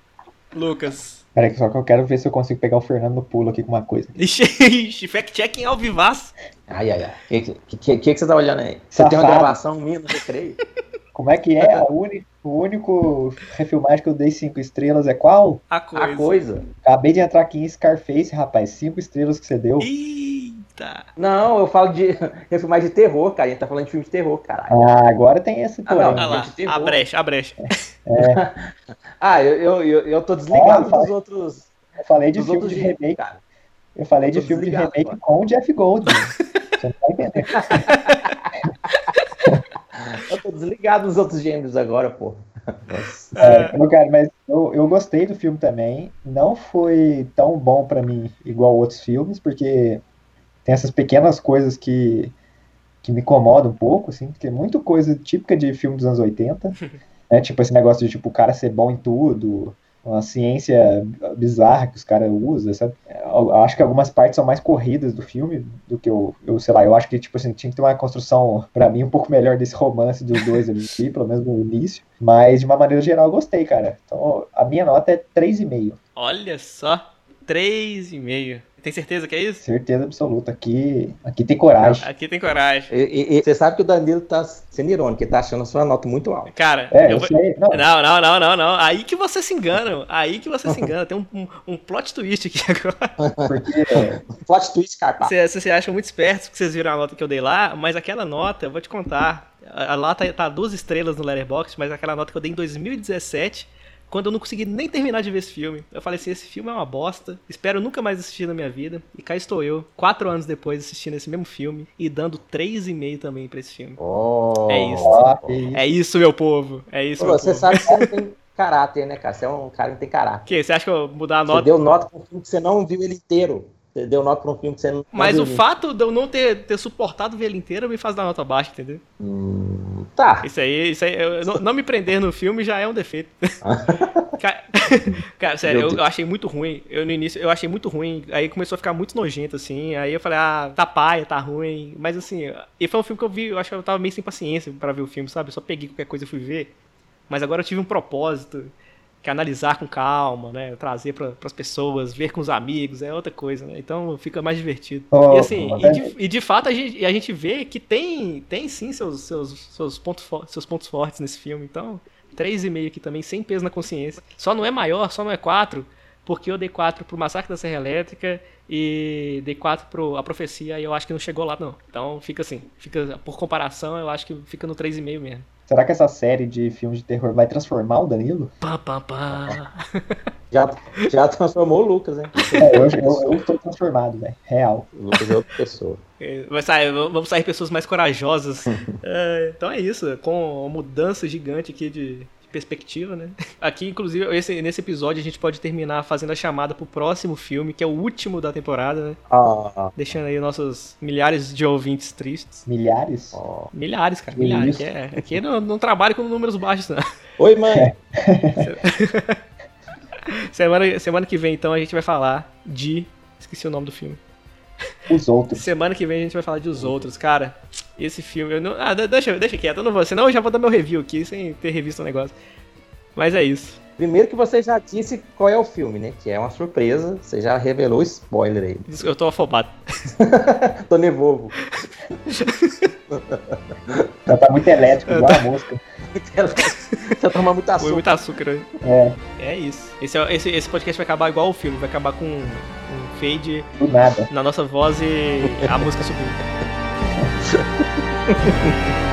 Lucas. Peraí, só que eu quero ver se eu consigo pegar o Fernando no pulo aqui com uma coisa. Ixi, fact-checking ao vivaço. Ai. Que você tá olhando aí? Você tem uma gravação minha no recreio? Como é que é? O único refilmagem que eu dei 5 estrelas é qual? A Coisa. Acabei de entrar aqui em Scarface, rapaz. 5 estrelas que você deu. Eita. Não, eu falo de refilmagem de terror, cara. A gente tá falando de filme de terror, caralho. Agora tem esse porém. Olha lá, a brecha. Eu tô desligado dos outros. Eu falei de filme de remake, cara. Eu falei de filme de remake com o Jeff Goldblum. Você não tá entendendo. Eu tô desligado dos outros gêneros agora, pô. Cara, mas eu gostei do filme também. Não foi tão bom pra mim igual outros filmes, porque tem essas pequenas coisas que me incomodam um pouco, assim, porque é muito coisa típica de filme dos anos 80. Né? Tipo esse negócio de o cara ser bom em tudo, uma ciência bizarra que os caras usam, sabe? Eu acho que algumas partes são mais corridas do filme do que eu sei lá, eu acho que tipo assim, tinha que ter uma construção, pra mim, um pouco melhor desse romance dos dois ali, pelo menos no início, mas de uma maneira geral eu gostei, cara. Então a minha nota é 3,5. Olha só, 3,5. Tem certeza que é isso? Certeza absoluta. Aqui tem coragem. Aqui tem coragem. E você sabe que o Danilo tá sendo irônico, ele tá achando a sua nota muito alta. Cara, eu sei. Não. Aí que você se engana. Tem um plot twist aqui agora. Porque plot twist, cara. Vocês acham muito espertos que vocês viram a nota que eu dei lá, mas aquela nota, eu vou te contar. Lá tá 2 estrelas no Letterboxd, mas aquela nota que eu dei em 2017, quando eu não consegui nem terminar de ver esse filme. Eu falei assim, esse filme é uma bosta, espero nunca mais assistir na minha vida. E cá estou eu, 4 anos depois, assistindo esse mesmo filme e dando 3,5 também pra esse filme. É isso, meu povo. É isso, meu você povo. sabe que você não tem caráter, né, cara? Você é um cara que não tem caráter. O quê? Você acha que eu vou mudar a nota? Você deu nota pra um filme que você não viu ele inteiro. Você deu nota pra um filme que você não Mas viu o fato de eu não ter suportado ver ele inteiro me faz dar nota baixa, entendeu? Tá. Isso aí não me prender no filme já é um defeito. Cara, sério, eu achei muito ruim. No início eu achei muito ruim. Aí começou a ficar muito nojento, assim. Aí eu falei, tá paia, tá ruim. Mas assim, e foi um filme que eu vi, eu acho que eu tava meio sem paciência pra ver o filme, sabe? Eu só peguei qualquer coisa e fui ver. Mas agora eu tive um propósito, que é analisar com calma, né? Trazer pras pessoas, ver com os amigos, é outra coisa, né? Então fica mais divertido. E assim, de fato a gente vê que tem sim seus pontos fortes nesse filme. Então, 3,5 aqui também, sem peso na consciência. Só não é maior, só não é 4, porque eu dei 4 pro Massacre da Serra Elétrica e dei 4 pro A Profecia e eu acho que não chegou lá, não. Então fica assim, por comparação, eu acho que fica no 3,5 mesmo. Será que essa série de filmes de terror vai transformar o Danilo? Já transformou o Lucas, hein? Eu tô transformado, velho. Real. O Lucas é outra pessoa. Vamos sair pessoas mais corajosas. Então é isso. Com uma mudança gigante aqui de perspectiva, né? Aqui, inclusive, nesse episódio a gente pode terminar fazendo a chamada pro próximo filme, que é o último da temporada, né? Deixando aí nossos milhares de ouvintes tristes. Milhares? Milhares, cara, milhares. Aqui eu não trabalho com números baixos, não. Oi, mãe! Semana que vem, então, a gente vai falar de... Esqueci o nome do filme. Os Outros. Semana que vem a gente vai falar de Os Outros. Cara, esse filme... Eu não... deixa quieto, eu não vou. Senão eu já vou dar meu review aqui, sem ter revisto o negócio. Mas é isso. Primeiro que você já disse qual é o filme, né? Que é uma surpresa. Você já revelou spoiler aí. Eu tô afobado. Tô nervoso. Já tá muito elétrico, igual a mosca. Você toma muito açúcar. Foi muito açúcar hoje. É isso. Esse podcast vai acabar igual o filme. Vai acabar com um fade do nada na nossa voz e a música subindo.